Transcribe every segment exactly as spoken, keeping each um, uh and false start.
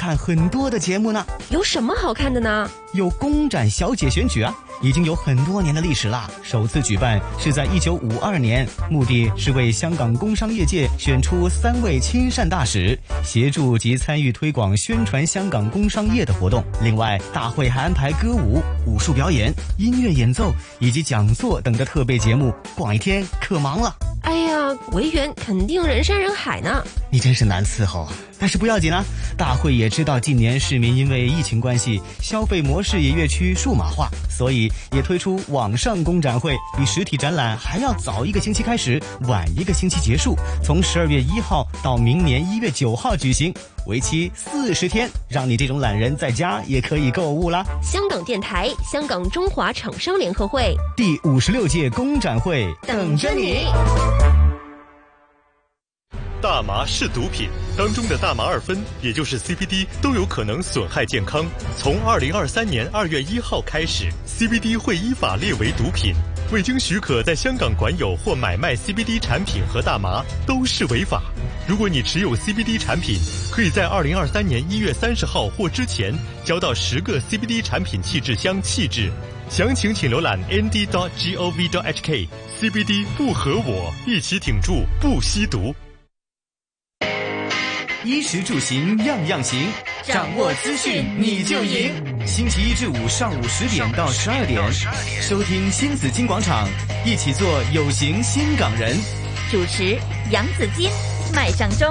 看很多的节目呢。 有什么好看的呢？ 有工展小姐选举啊，已经有很多年的历史啦。首次举办是在一九五二年，目的是为香港工商业界选出三位亲善大使，协助及参与推广宣传香港工商业的活动。另外，大会还安排歌舞、武术表演、音乐演奏以及讲座等的特备节目，逛一天可忙了。 哎呀，维园肯定人山人海呢。 你真是难伺候啊！但是不要紧啊，大会也知道近年市民因为疫情关系，消费模式也越趋数码化，所以也推出网上工展会，比实体展览还要早一个星期开始，晚一个星期结束，从十二月一号到明年一月九号举行，为期四十天，让你这种懒人在家也可以购物啦。 香港电台、香港中华厂商联合会第五十六届工展会等着你。 大麻是毒品，当中的大麻二酚，也就是 C B D 都有可能损害健康。从二零二三年二月一号开始 ，C B D 会依法列为毒品，未经许可在香港管有或买卖 C B D 产品和大麻都是违法。如果你持有 C B D 产品，可以在二零二三年一月三十号或之前交到十个 C B D 产品弃置箱弃置。详情请浏览 n d dot gov dot h k。C B D 不和我，一起挺住不吸毒。 衣食住行样样行，掌握资讯你就赢。星期一至五上午十点到十二点，收听新紫金广场，一起做有型新港人。 主持杨紫金、麦尚中。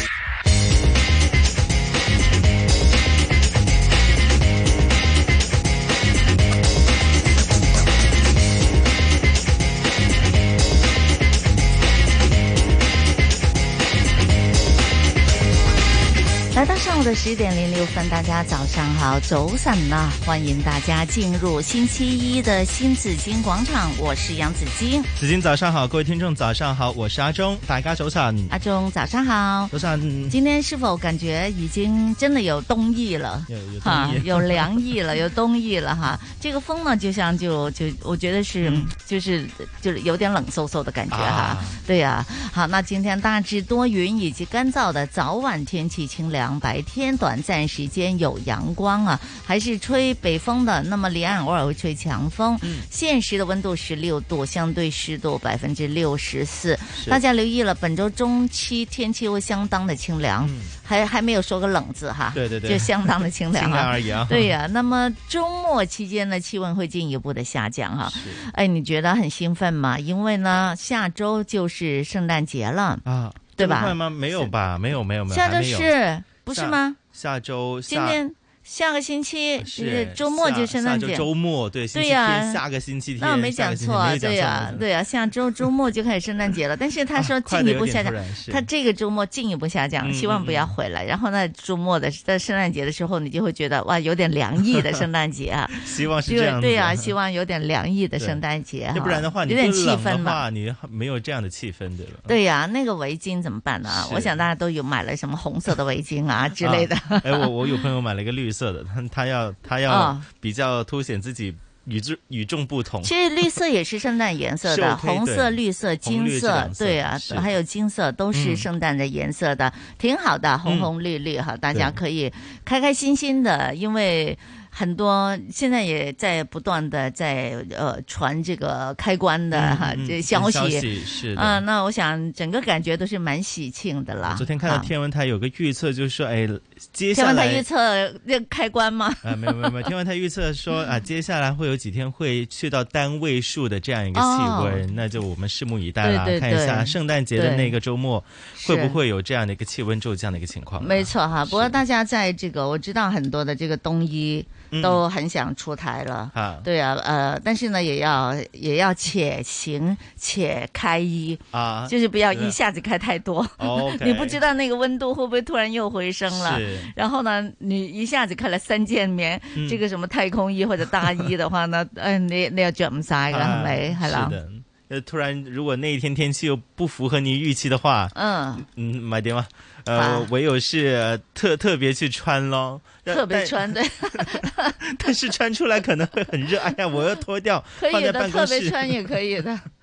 来到上午的十点零六分，大家早上好，早晨啊！欢迎大家进入星期一的新紫金广场，我是杨紫金。 紫金早上好，各位听众早上好，我是阿忠，大家早晨。 阿忠早上好， 早晨。 今天是否感觉已经真的有冬意了？ 有有冬意， 有凉意了，有冬意了哈。这个风呢，就像就就我觉得是、嗯、就是就是有点冷飕飕的感觉哈。啊、对呀、啊，好，那今天大致多云以及干燥的，早晚天气清凉。白天短暂时间有阳光啊，还是吹北风的，那么离岸偶尔会吹强风。嗯，现时的温度十六度，相对湿度百分之六十四。大家留意了，本周中期天气会相当的清凉，嗯、还还没有说个冷字哈。 对对对， 就相当的清凉、啊， 清凉而已啊。 对呀、啊，那么周末期间呢，气温会进一步的下降哈。哎，你觉得很兴奋吗？因为呢，下周就是圣诞节了啊，对吧？ 会吗？没有吧？没有没有没有， 下周是。不是吗？ 下周今天下个星期是周末就圣诞节， 周末对，对呀，下个星期天， 那我没讲错，对呀，对呀，下周周末就开始圣诞节了。但是他说进一步下降，他这个周末进一步下降，希望不要回来。然后呢，周末的在圣诞节的时候，你就会觉得哇，有点凉意的圣诞节啊， 希望是这样， 对呀，希望有点凉意的圣诞节， 要不然的话， 有点气氛嘛，你没有这样的气氛，对吧？ 对呀，那个围巾怎么办呢？我想大家都有买了什么红色的围巾啊之类的。 哎，我我有朋友买了一个绿色的，他他要他要比较凸显自己与众与众不同。 其实绿色也是圣诞颜色的， OK, 红色、绿色、金色，对啊，还有金色都是圣诞的颜色的，嗯、挺好的，红红绿绿哈，嗯、大家可以开开心心的，因为。很多现在也在不断的在呃传这个开关的哈、嗯、这消息， 消息是的， 嗯、呃，那我想整个感觉都是蛮喜庆的啦。 昨天看到天文台有个预测，就是说，哎，接下来天文台预测这开关吗？ 啊，没有没有没有，天文台预测说啊，接下来会有几天会去到单位数的这样一个气温，哦、那就我们拭目以待啦，对对对，看一下圣诞节的那个周末会不会有这样的一个气温骤降的一个情况。 没错哈，不过大家在这个我知道很多的这个冬衣。都很想出台了，嗯、对啊，呃，但是呢，也要也要且行且开衣啊，就是不要一下子开太多， 哦、 你不知道那个温度会不会突然又回升了。然后呢，你一下子开了三件棉，嗯、这个什么太空衣或者大衣的话呢，嗯、呃，你你要着唔晒噶，係咪？係啦。 呃，突然如果那一天天氣又不符合你預期的話， 嗯嗯，買點嘛，呃，啊、唯有是、呃、特特別去穿咯， 特別穿對， 但是穿出來可能會很熱，哎呀，我要脫掉， 可以的，特別穿也可以的。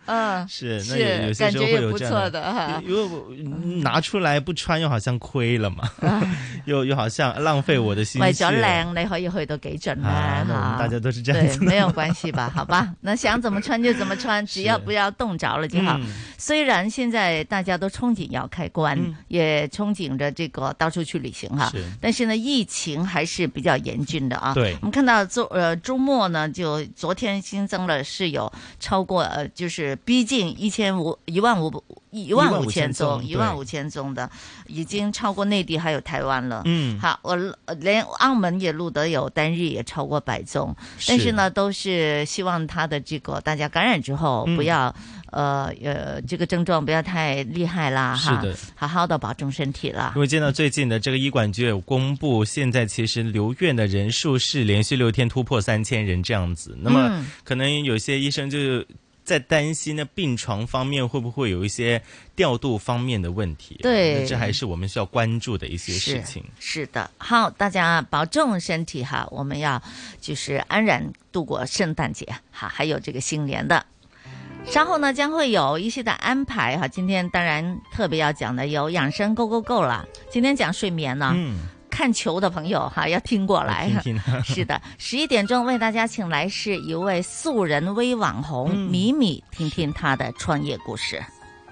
嗯， 是，那有有些时候会有这样的， 因为我拿出來不穿又好像虧了嘛，又又好像浪費我的心血。 為咗靚，你可以去到幾盡呢？ 啊，那我們大家都是這樣子的， 對，沒有關係吧？好吧，那想怎麼穿就怎麼穿，只要不要凍着了就好。嗯、雖然現在大家都憧憬要開關，嗯、也憧憬着這個到處去旅行哈，是但是呢，疫情還是比較嚴峻的啊。 對， 我們看到周呃周末呢，就昨天新增了是有超過呃就是逼近一千五一萬五一萬五千宗一萬五千宗的，已經超過內地還有台灣了。嗯，好，我連澳門也錄得有單日也超過百宗，是但是呢，都是希望他的這個大家感染之後不要、嗯、呃呃這個症狀不要太厲害啦， 是的， 好好的保重身體啦。 因為見到最近的這個醫管局有公布，現在其實留院的人數是連續六天突破三千人這樣子，那麼可能有些醫生就在擔心呢，病床方面會不會有一些調度方面的問題？ 對， 這還是我們需要關注的一些事情。 是，是的，好，大家保重身體哈，我們要就是安然度過聖誕節，好，還有這個新年的。稍後呢將會有一些的安排哈，今天當然特別要講的有養生 Go Go Go 啦，今天講睡眠呢。嗯。看球的朋友哈，要聽過來。 聽聽是的，十一點鐘為大家請來是一位素人微網紅、嗯、米米，聽聽她的創業故事。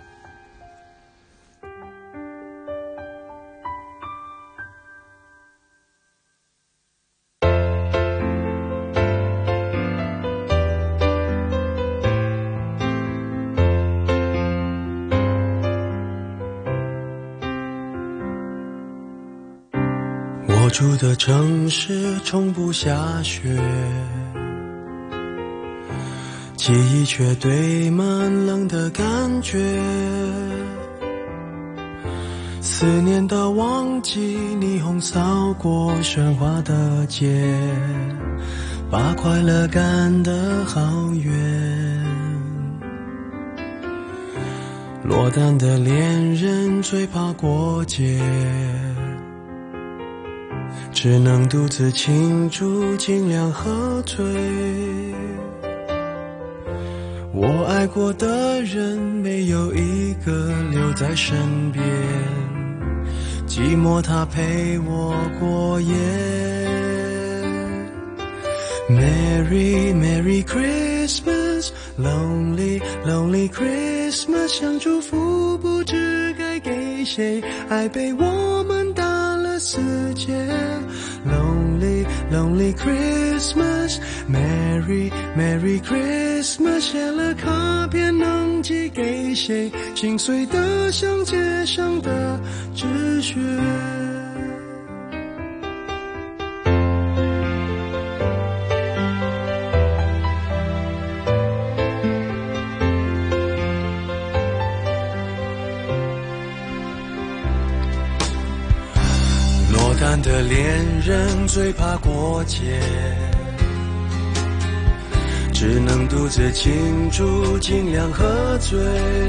我住的城市從不下雪，記憶卻堆滿冷的感覺，思念到忘記霓虹掃過喧嘩的街，把快樂趕得好遠，落單的戀人最怕過節，只能獨自慶祝，盡量喝醉。我愛過的人沒有一個留在身邊，寂寞他陪我過夜。Merry Merry Christmas Lonely Lonely Christmas 想祝福不知該給誰，愛被我們打了死結。Lonely Lonely Christmas Merry Merry Christmas 寫了卡片能寄給誰，心碎得像街上的紙屑。的戀人最怕過節，只能獨自慶祝，盡量喝醉。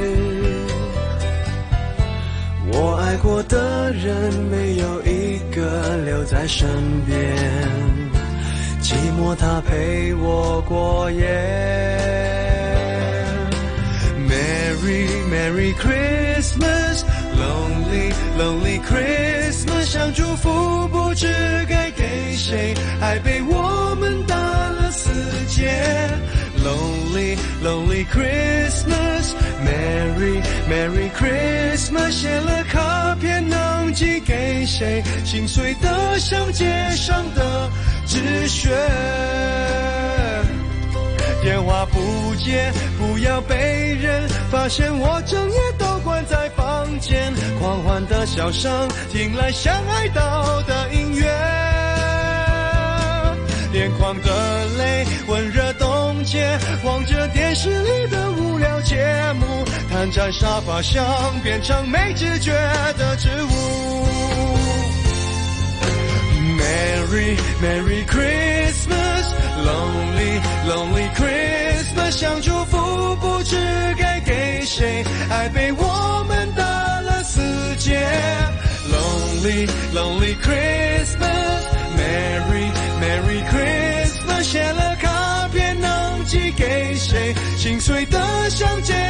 我愛過的人沒有一個留在身邊，寂寞他陪我過夜。Merry Merry Christmas Lonely Lonely Christmas 想祝福不知該給誰，愛被我們打了死結。Lonely Lonely Christmas Merry Merry Christmas 寫了卡片能寄給誰，心碎得像街上的紙屑。電話不接，不要被人發現我整夜都關在房間，狂歡的笑聲聽來像愛到的音樂，眼眶的淚溫熱凍結，望着電視裏的無聊節目，癱在沙發上變成沒知覺的植物。Merry Merry Christmas Lonely Lonely Christmas 想祝福不知該給誰，愛被我們打了死結。Lonely Lonely Christmas Merry Merry Christmas 寫了卡片能寄給誰，心碎得像街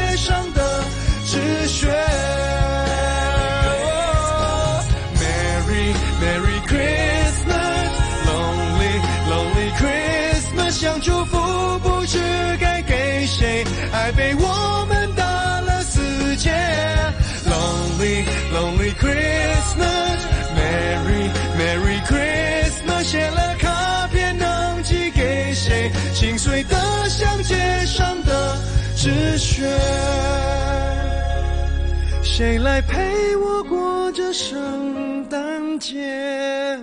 被我们打了死结。 Lonely Lonely Christmas Merry Merry Christmas 写了卡片能寄给谁，心碎的像街上的纸屑，谁来陪我过这圣诞节。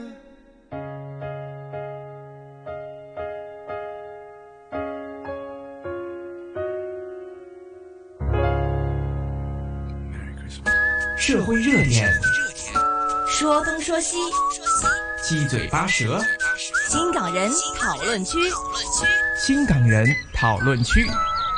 社会热点， 说东说西， 七嘴八舌， 新港人讨论区， 新港人讨论区。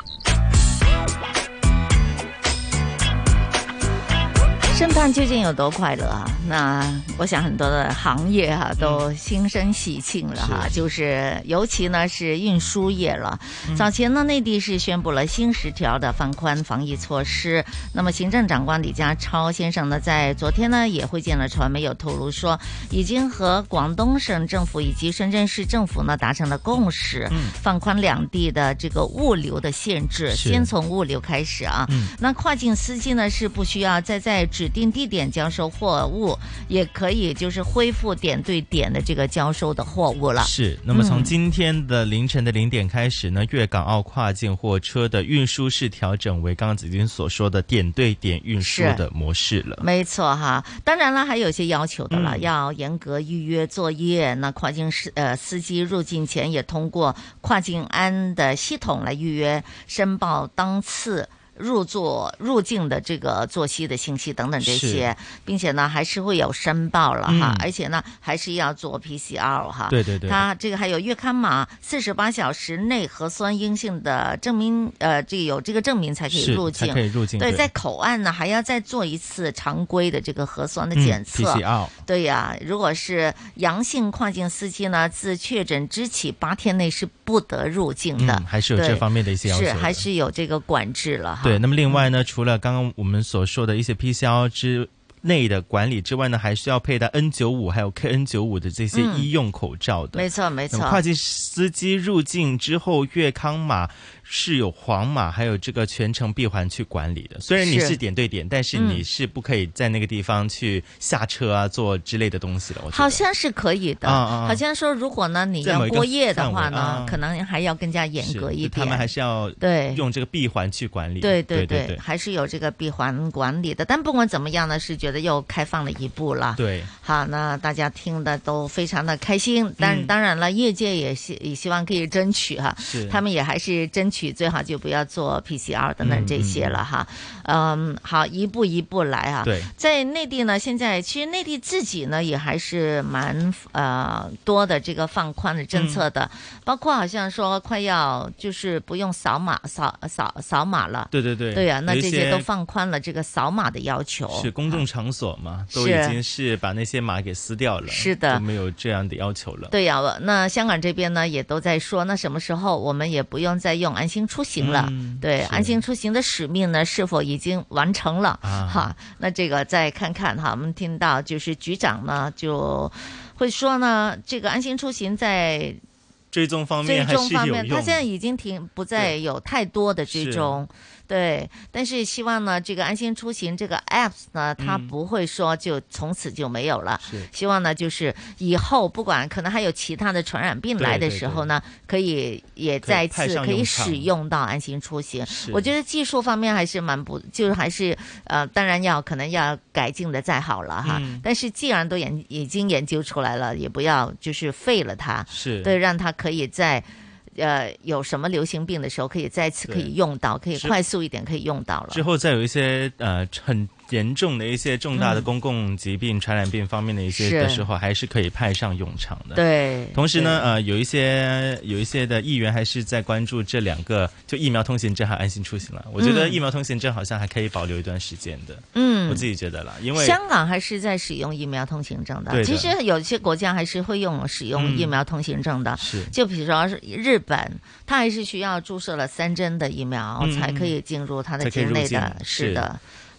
圣诞究竟有多快乐啊？那我想很多的行业哈、啊、都心生喜庆了哈、嗯，就是尤其呢是运输业了。嗯、早前呢，内地是宣布了新十条的放宽防疫措施。那么行政长官李家超先生呢，在昨天呢也会见了传媒，有透露说，已经和广东省政府以及深圳市政府呢达成了共识，嗯、放宽两地的这个物流的限制，先从物流开始啊。嗯、那跨境司机呢是不需要再在指定地点交收货物，也可以就是恢复点对点的这个交收的货物了。 是，那么从今天的凌晨的零点开始呢，粤港澳跨境货车的运输是调整为刚刚子君所说的点对点运输的模式了。 没错哈，当然了，还有一些要求的了，嗯、要严格预约作业。那跨境司呃司机入境前也通过跨境安的系统来预约，申报当次入座入境的这个作息的信息等等这些，并且呢还是会有申报了哈、嗯，而且呢还是要做 P C R 哈。 对对对， 它这个还有粤康码，四十八小时内核酸阴性的证明，呃，这有这个证明才可以入境， 才可以入境。 对，在口岸呢还要再做一次常规的这个核酸的检测。 嗯、P C R。 对呀、啊，如果是阳性跨境司机呢，自确诊之起八天内是不得入境的， 嗯、还是有这方面的一些要求的， 是还是有这个管制了哈。 对，那么另外呢，除了刚刚我们所说的一些 P C R 之内的管理之外呢，还需要佩戴 N 九十五 还有 K N 九十五 的这些医用口罩的。 嗯、没错没错。 跨境司机入境之后，粤康码是有黄码还有这个全程闭环去管理的。虽然你是点对点，但是你是不可以在那个地方去下车啊、做之类的东西的。我觉得好像是可以的，啊啊好像说如果呢你要过夜的话呢，啊、可能还要更加严格一点。 他们还是要对用这个闭环去管理。 对对 对, 对, 对, 对，还是有这个闭环管理的。但不管怎么样呢，是觉得又开放了一步了。 对， 好，那大家听的都非常的开心。但、嗯、当然了，业界也希也希望可以争取哈，是他们也还是争取最好就不要做 P C R 等等这些了哈。嗯, 嗯，好，一步一步来啊。 对， 在内地呢，现在其实内地自己呢也还是蛮呃多的这个放宽的政策的，嗯、包括好像说快要就是不用扫码扫扫扫码了。 对对对， 对啊，那这些都放宽了这个扫码的要求。 是公众场所嘛，都已经是把那些码给撕掉了， 是的， 就没有这样的要求了。 对呀、啊，那香港这边呢也都在说，那什么时候我们也不用再用安心出行了？嗯、对，安心出行的使命呢是否已经完成了？啊、哈，那这个再看看哈，我们听到就是局长呢就会说呢，这个安心出行在追踪方面还是有用，追踪方面， 他现在已经停，不再有太多的追踪。对，但是希望呢，这个安心出行这个 apps 呢，它不会说就从此就没有了。 是、嗯， 希望呢，就是以后不管可能还有其他的传染病来的时候呢，对对对可以也再次可以使用到安心出行。我觉得技术方面还是蛮不，就是还是呃，当然要可能要改进的再好了哈。嗯、但是既然都研已经研究出来了，也不要就是废了它。 是， 对，让它可以在。呃，有什么流行病的时候，可以再次可以用到，可以快速一点可以用到了。 之后再有一些呃很严重的一些重大的公共疾病、嗯、传染病方面的一些的时候，还是可以派上用场的。 对。 同时呢，呃，有一些有一些的议员还是在关注这两个，就疫苗通行证和安心出行了。我觉得疫苗通行证好像还可以保留一段时间的。嗯，我自己觉得啦，因为香港还是在使用疫苗通行证的。 对的。 其实有些国家还是会用使用疫苗通行证的。 嗯、是。 就比如说日本，它还是需要注射了三针的疫苗、嗯、才可以进入它的境内的。是的。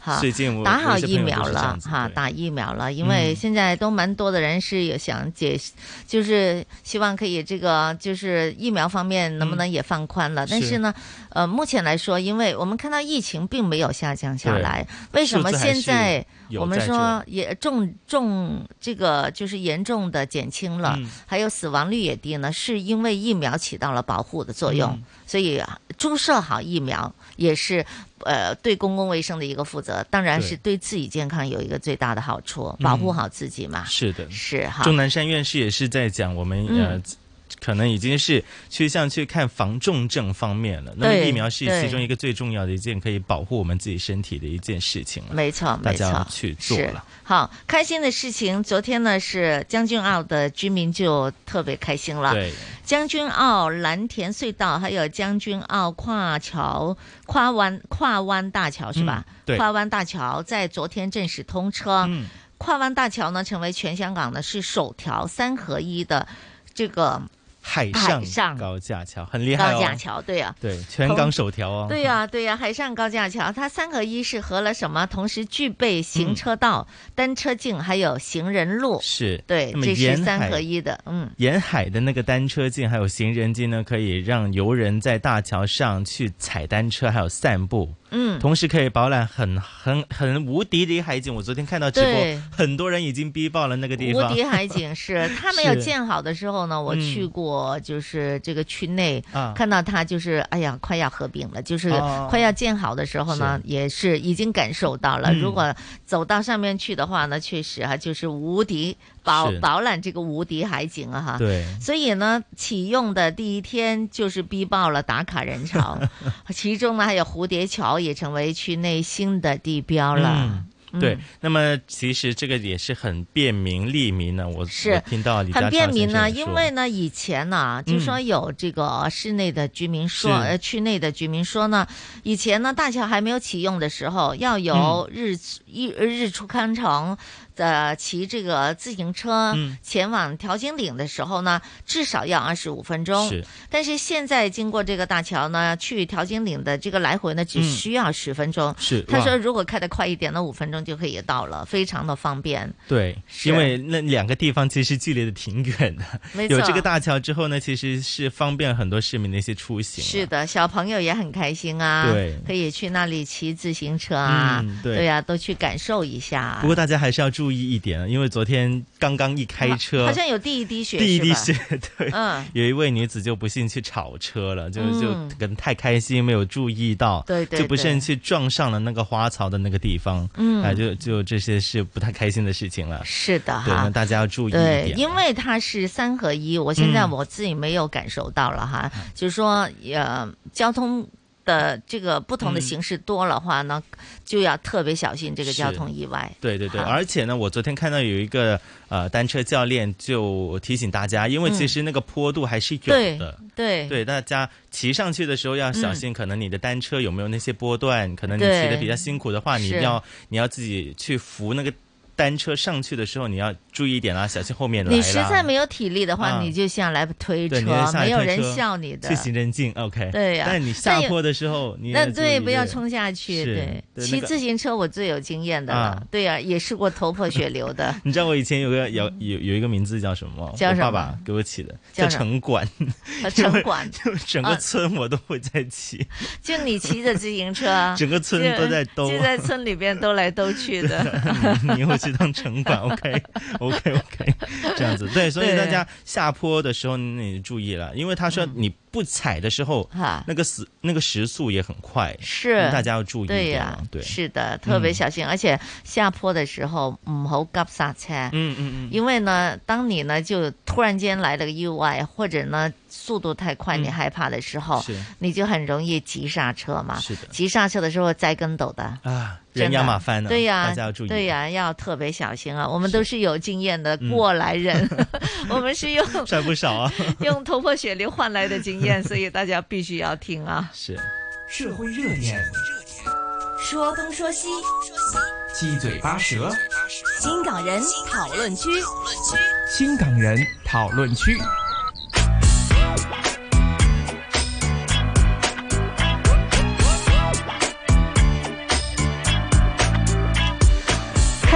哈， 最近我打好疫苗了哈，打疫苗了，因为现在都蛮多的人是有想解，就是希望可以这个就是疫苗方面能不能也放宽了，嗯、但是呢，呃，目前来说，因为我们看到疫情并没有下降下来，为什么现在我们说也重重这个就是严重的减轻了，嗯、还有死亡率也低呢？是因为疫苗起到了保护的作用，嗯、所以注射好疫苗也是。呃，对公共卫生的一个负责，当然是对自己健康有一个最大的好处，保护好自己嘛。 嗯、是的， 是哈。 钟南山院士也是在讲我们、嗯、呃。可能已经是趋向去看防重症方面了。那么疫苗是其中一个最重要的一件可以保护我们自己身体的一件事情了。 没错，没错， 大家去做了。 好，开心的事情，昨天呢是将军澳的居民就特别开心了。 对， 将军澳蓝田隧道还有将军澳跨桥跨湾跨湾大桥是吧？ 嗯、对， 跨湾大桥在昨天正式通车。嗯，跨湾大桥呢成为全香港呢是首条三合一的这个。 海上高架桥很厉害哦， 高架桥对啊， 对，全港首条哦， 对呀、啊、对呀、啊，海上高架桥它三合一是合了什么？同时具备行车道、嗯、单车径还有行人路， 是对，这是三合一的。嗯， 沿海的那个单车径还有行人径呢，可以让游人在大桥上去踩单车还有散步。 嗯， 同时可以饱览很很很无敌的海景。我昨天看到直播，很多人已经逼爆了那个地方。 无敌海景是它没有建好的时候呢，我去过，就是这个区内、嗯、看到它就是哎呀快要合并了，就是快要建好的时候呢，哦、也是已经感受到了。嗯、如果走到上面去的话呢，确实啊就是无敌。饱饱览这个无敌海景啊哈， 对， 所以呢，启用的第一天就是逼爆了打卡人潮，其中呢还有蝴蝶桥也成为区内新的地标了。 嗯嗯、对，那么其实这个也是很便民利民呢。我是我听到李家超很便民呢，因为呢以前呢就说有这个市内的居民说，呃、嗯，区内的居民说呢，以前呢大桥还没有启用的时候，要由日日、嗯、日出康城。呃，骑这个自行车前往调景岭的时候呢，嗯、至少要二十五分钟。 是， 但是现在经过这个大桥呢，去调景岭的这个来回呢，只需要十分钟。 嗯、是， 他说如果开得快一点，那五分钟就可以到了，非常的方便。 对，因为那两个地方其实距离的挺远的。 没错， 有这个大桥之后呢，其实是方便很多市民的一些出行。 是的，小朋友也很开心啊。 对， 可以去那里骑自行车啊。 嗯、对， 对呀、啊，都去感受一下。 不过大家还是要注意。注意一点，因为昨天刚刚一开车， 好像有第一滴血， 第一滴血，对， 嗯， 有一位女子就不幸去炒车了，就就可能太开心没有注意到， 对对， 就不慎去撞上了那个花槽的那个地方，嗯，啊，就就这些是不太开心的事情了。 是的哈， 对，那大家要注意一点， 对，因为它是三合一，我现在我自己没有感受到了哈，嗯、就是说呃交通。的这个不同的形式多了话呢，嗯、就要特别小心这个交通意外。 对对对，而且呢，我昨天看到有一个呃单车教练就提醒大家，因为其实那个坡度还是有的， 嗯、对对对，大家骑上去的时候要小心，嗯、可能你的单车有没有那些波段，可能你骑得比较辛苦的话，你要你要自己去扶那个。单车上去的时候，你要注意一点啦，小心后面来啦。 你实在没有体力的话，啊、你就下来推车，没有人笑你的。 去行人径 ，OK。 对呀、啊。 但你下坡的时候，你那对不要冲下去。对，骑、那個、自行车我最有经验的了。啊对呀、啊，也试过头破血流的。 你知道我以前有个有有有一个名字叫什么吗？ 叫什么？ 我爸爸给我起的，叫城管。 城管， 就整个村我都会在骑。 啊、就你骑着自行车， 整个村都在兜， 就在村里边兜来兜去的。 你以后去当城管。OK OK OK， 这样子对，所以大家下坡的时候你注意了，因为他说你不踩的时候，嗯、那个时那个时速也很快， 是大家要注意一点。 对呀、啊， 对， 是的，特别小心，嗯、而且下坡的时候唔好急刹车， 嗯嗯嗯， 因为呢，当你呢就突然间来了个意外，或者呢速度太快，你害怕的时候， 嗯、 你就很容易急刹车嘛。 是的， 急刹车的时候栽跟斗的啊。人仰马翻呢， 对呀、啊， 大家要注意。 对呀、啊，要特别小心啊！我们都是有经验的过来人，嗯、我们是用赚不少啊， 用头破血流换来的经验，所以大家必须要听啊。 是， 社会热点， 说东说西， 七嘴八舌， 新港人讨论区， 新港人讨论区。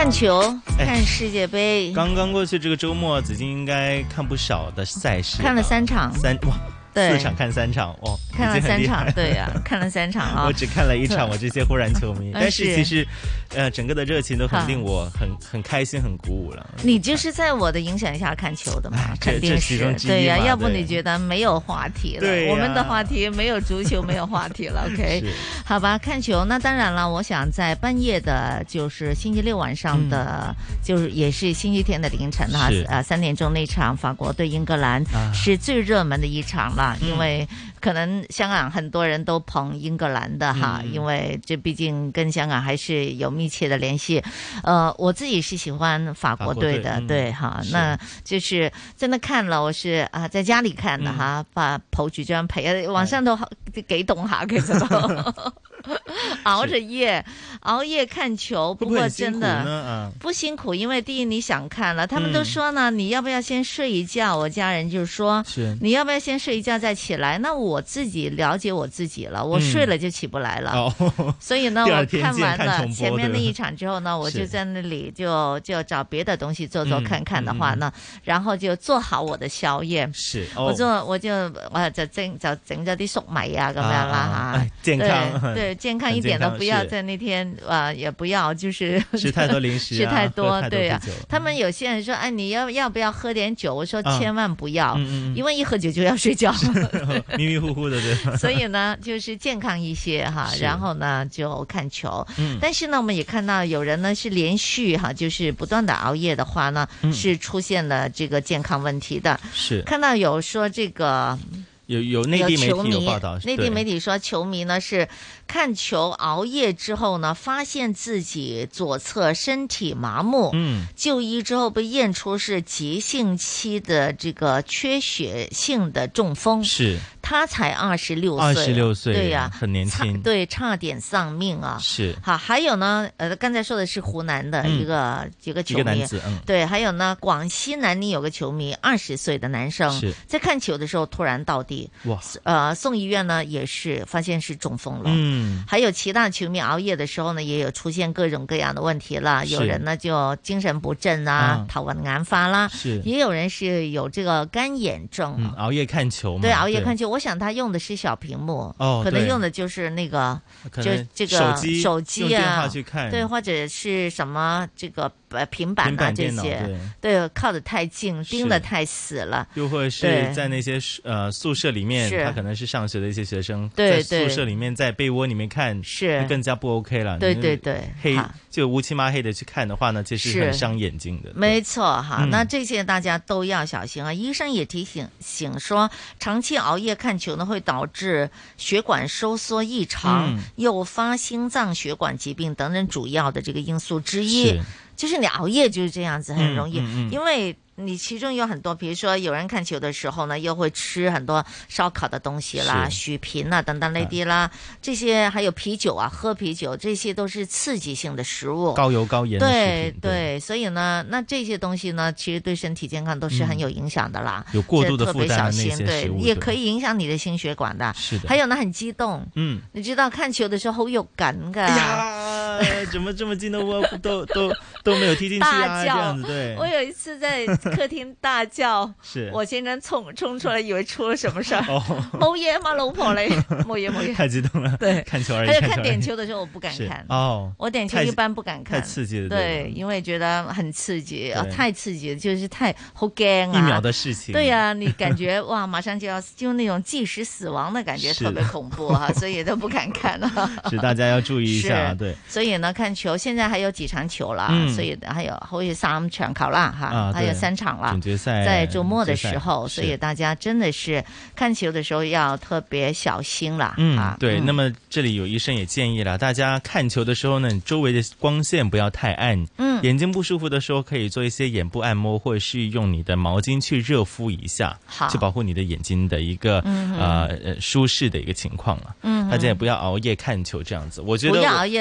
看球，看世界杯。 刚刚过去这个周末，子金应该看不少的赛事， 看了三场， 三哇。 对， 四场看三场哦， 看了三场，对呀、啊，看了三场啊、哦。 我只看了一场，我这些忽然球迷，但是其实，呃，整个的热情都很令我很很开心、很鼓舞了。 你就是在我的影响下看球的嘛，肯定是对呀、啊，要不你觉得没有话题了？ 对、啊， 我们的话题没有足球，没有话题了。OK， 好吧，看球。那当然了，我想在半夜的，就是星期六晚上的，嗯、就是也是星期天的凌晨哈，呃，三点钟那场法国对英格兰、啊、是最热门的一场了。因为可能香港很多人都捧英格兰的哈、嗯，因为这毕竟跟香港还是有密切的联系。呃，我自己是喜欢法国队的，对, 对、嗯、哈，那就是真的看了，我是啊在家里看的、嗯、哈，把抱住張被，網上都幾凍下其實都。熬着夜熬夜看球，不過真的不辛苦，因為第一你想看了，他們都說呢、嗯，你要不要先睡一覺？我家人就說，是你要不要先睡一覺再起來？那我自己了解我自己了，我睡了就起不來了，嗯、所以呢，我看完了前面那一場之後呢，我就在那裏就就找別的東西做做看看的話呢，嗯、然後就做好我的宵夜。是，哦、我做我就我就整就整咗啲粟米啊咁樣啦吓，健康對。對健康一點的，不要在那天啊、呃，也不要就是吃太多零食、啊， 吃太多， 太多對啊。他們有些人說，哎，你要要不要喝點酒？我說千萬不要，嗯、因為一喝酒就要睡覺， 迷迷糊糊的，對。 所以呢，就是健康一些哈，然後呢就看球。嗯。但是呢，我們也看到有人呢是連續哈，就是不斷的熬夜的話呢，嗯、是出現了這個健康問題的。是。看到有說這個。 有有內地媒體有報道， 內地媒體說球迷呢是看球熬夜之後呢，發現自己左側身體麻木，嗯，就醫之後被驗出是急性期的這個缺血性的中風，是，他才二十六歲，二十六歲，對呀、啊， 很年輕， 對，差點喪命啊， 是， 好，還有呢，呃，剛才說的是湖南的一個、嗯、一個球迷，一個男子，嗯，對，還有呢，廣西南寧有個球迷，二十歲的男生，是在看球的時候突然倒地。哇，呃，送醫院呢也是發現是中風了。嗯，還有其他球迷熬夜的時候呢，也有出現各種各樣的問題了。有人呢就精神不振啊，頭暈眼花啦。是，也有人是有這個乾眼症、 嗯。熬夜看球嘛。 對，熬夜看球。我想他用的是小屏幕，哦，可能用的就是那個，就這個手機，手機啊， 用電話去看。 對，或者是什麼這個平板啊這些，對，對，靠得太近，盯得太死了。 又或者是在那些呃宿舍裡面。他可能是上學的一些學生，在宿舍裡面，在被窩裡面看，是更加不 OK 了。 對對對， 黑就烏漆嘛黑的去看的話呢，其實很傷眼睛的。 沒錯哈、嗯，那這些大家都要小心啊！醫生也提醒醒說，長期熬夜看球呢，會導致血管收縮異常，誘、嗯、發心臟血管疾病等等主要的這個因素之一。是就是你熬夜就是這樣子，很容易，嗯嗯嗯、因為。你其中有很多，比如說有人看球的時候呢，又會吃很多燒烤的東西啦、薯片啊等等那啲啦，這些還有啤酒啊，喝啤酒，這些都是刺激性的食物， 高油高鹽的食品。 對 對, 對，所以呢，那這些東西呢，其實對身體健康都是很有影響的啦。 嗯、有過度的負擔的那些食物， 對，也可以影響你的心血管的。是的。還有呢，很激動。嗯。你知道看球的時候好有感噶。 哎呀，怎麼這麼近的我都都都沒有踢進去啊？這樣子對。 我有一次在客廳大叫，是我先生衝衝出來，以為出了什麼事兒。冇嘢嘛，老婆嘞，冇嘢冇嘢。 太激動了， 對， 看球而已。 還有看點球的時候，我不敢看。哦，我點球一般不敢看， 太刺激了。 對，因為覺得很刺激，哦，太刺激了，就是太好驚啊！ 一秒的事情。 對呀，啊，你感覺哇，馬上就要就那種即時死亡的感覺，特別恐怖哈，所以都不敢看了。 是大家要注意一下，對。 所以呢，看球現在還有幾場球啦，嗯，所以還有好似三場球啦，哈，啊，還有三場啦。 決賽在周末的時候，所以大家真的是看球的時候要特別小心啦。 嗯， 啊、 對、 嗯。 那麼這裡有醫生也建議了，大家看球的時候呢，你周圍的光線不要太暗。嗯，眼睛不舒服的時候可以做一些眼部按摩，或者是用你的毛巾去熱敷一下，好，去保護你的眼睛的一個、嗯、呃舒適的一個情況了。嗯，大家也不要熬夜看球這樣子。我覺得我不要熬夜，那怎麼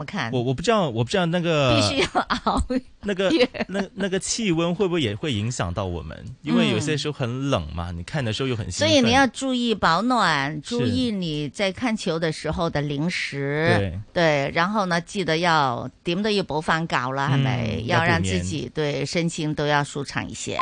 看。 我我不知道，我不知道那个必须要熬那个那那个气温会不会也会影响到我们？因为有些时候很冷嘛，嗯、你看的时候又很兴奋， 所以你要注意保暖，注意你在看球的時候的零食， 對對，然後呢，記得要點都要補翻覺啦，係咪、嗯？要讓自己對身心都要舒暢一些。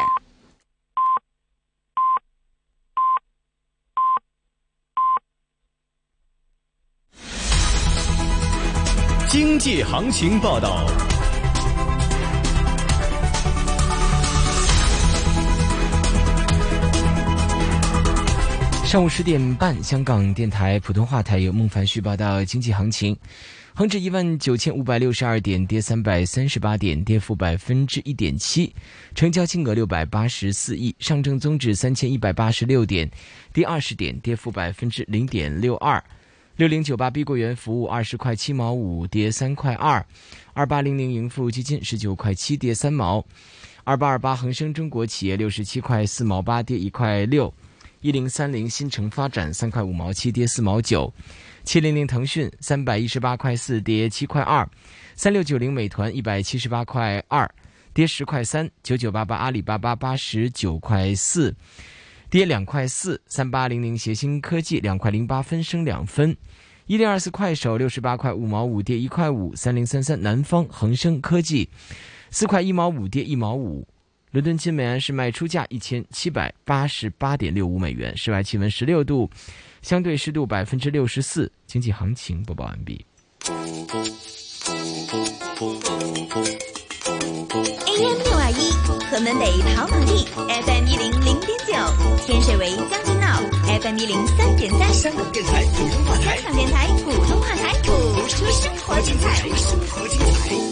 經濟行情報道。 上午十點半，香港電台普通話台由孟凡旭報道經濟行情。恒指一萬九千五百六十二點，跌三百三十八點，跌幅百分之一點七，成交金額六百八十四億。上證綜指三千一百八十六點，跌二十點，跌幅百分之零點六二。六零九八碧桂園服務二十塊七毛五，跌三塊二。二八零零盈富基金十九塊七，跌三毛。二八二八恒生中國企業六十七塊四毛八，跌一塊六。一零三零新城發展三塊五毛七，跌四毛九。七零零騰訊三百一十八塊四，跌七塊二。三六九零美團一百七十八塊二，跌十塊三。九九八八阿里巴巴八十九塊四，跌兩塊四。三八零零協鑫科技兩塊零八分，升兩分。一零二四快手六十八塊五毛五，跌一塊五。三零三三南方恒生科技四塊一毛五，跌一毛五。倫敦金每安士賣出價一千七百八十八點六五美元，室外氣溫十六度，相對濕度百分之六十四。經濟行情播報完畢。 A M 六二一，河門北陶棚地 ，F M 一零零點九，天水圍將軍澳 ，F M 一零三點三。香港電台普通話台，香港電台普通話台，播出生活精彩，生活精彩。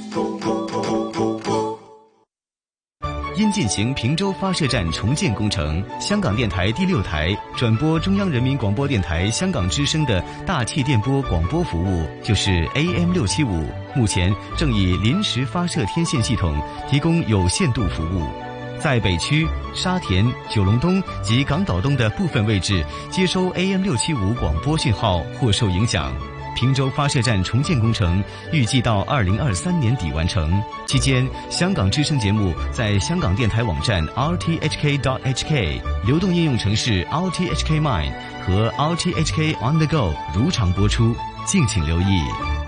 因進行平洲發射站重建工程，香港電台第六台轉播中央人民廣播電台香港之聲的大氣電波廣播服務，就是 A M 六七五，目前正以臨時發射天線系統提供有限度服務。在北區、沙田、九龍東及港島東的部分位置接收 A M 六七五廣播訊號或受影響。平洲發射站重建工程預計到二零二三年底完成，期間香港之聲節目在香港電台網站 r t h k dot h k、流動應用程式 r t h k mine 和 r t h k on the go 如常播出，敬請留意。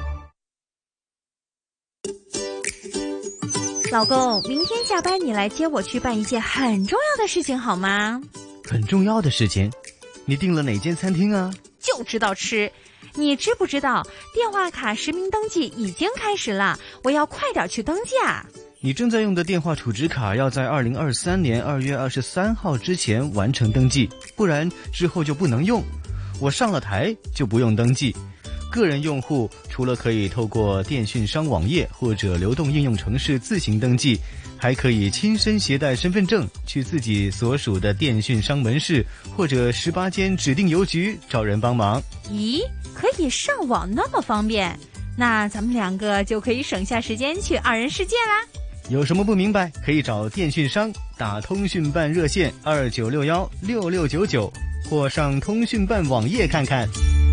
老公，明天下班你來接我去辦一件很重要的事情好嗎？ 很重要的事情？你訂了哪間餐廳啊？ 就知道吃。你知不知道電話卡實名登記已經開始了，我要快點去登記啊。 你正在用的電話儲值卡要在二零二三年二月二十三號之前完成登記，不然之後就不能用。我上了台就不用登記。個人用戶除了可以透過電訊商網頁或者流動應用程式自行登記，還可以親身攜帶身份證去自己所屬的電訊商門市或者十八間指定郵局找人幫忙。 咦，可以上網那麼方便，那咱們兩個就可以省下時間去二人世界啦。 有什麼不明白，可以找電訊商打通訊辦熱線二九六幺六六九九，或上通訊辦網頁看看。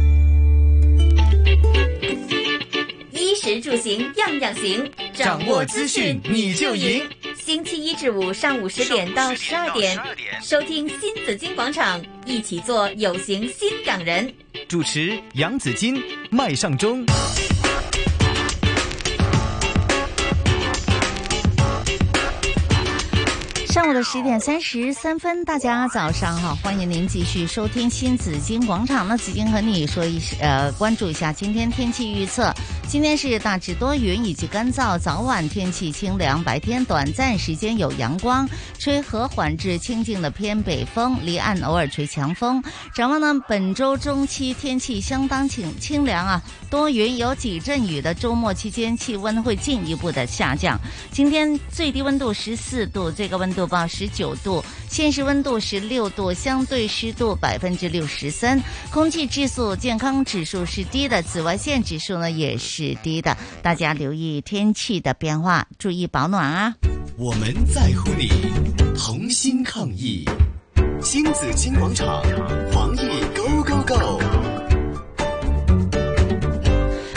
衣食住行樣樣行， 掌握資訊你就贏。 星期一至五上午十點到十二點，收聽新紫荊廣場，一起做有型新港人。 主持楊紫荊，麥尚中。 上午的十點三十三分，大家早上好，歡迎您繼續收聽新紫荊廣場。那紫荊和你說一呃，關注一下今天天氣預測。今天是大致多雲以及乾燥，早晚天氣清涼，白天短暫時間有陽光，吹和緩至清勁的偏北風，離岸偶爾吹強風。展望呢，本周中期天氣相當清清涼啊，多雲有幾陣雨的周末期間氣溫會進一步的下降。今天最低溫度十四度，這個溫度報十九度，現時溫度十六度，相對濕度百分之六十三，空氣質素健康指數是低的，紫外線指數呢也是低的，大家留意天氣的變化，注意保暖啊！ 我們在乎你，同心抗疫，新紫荊廣場，防疫 Go Go Go！之前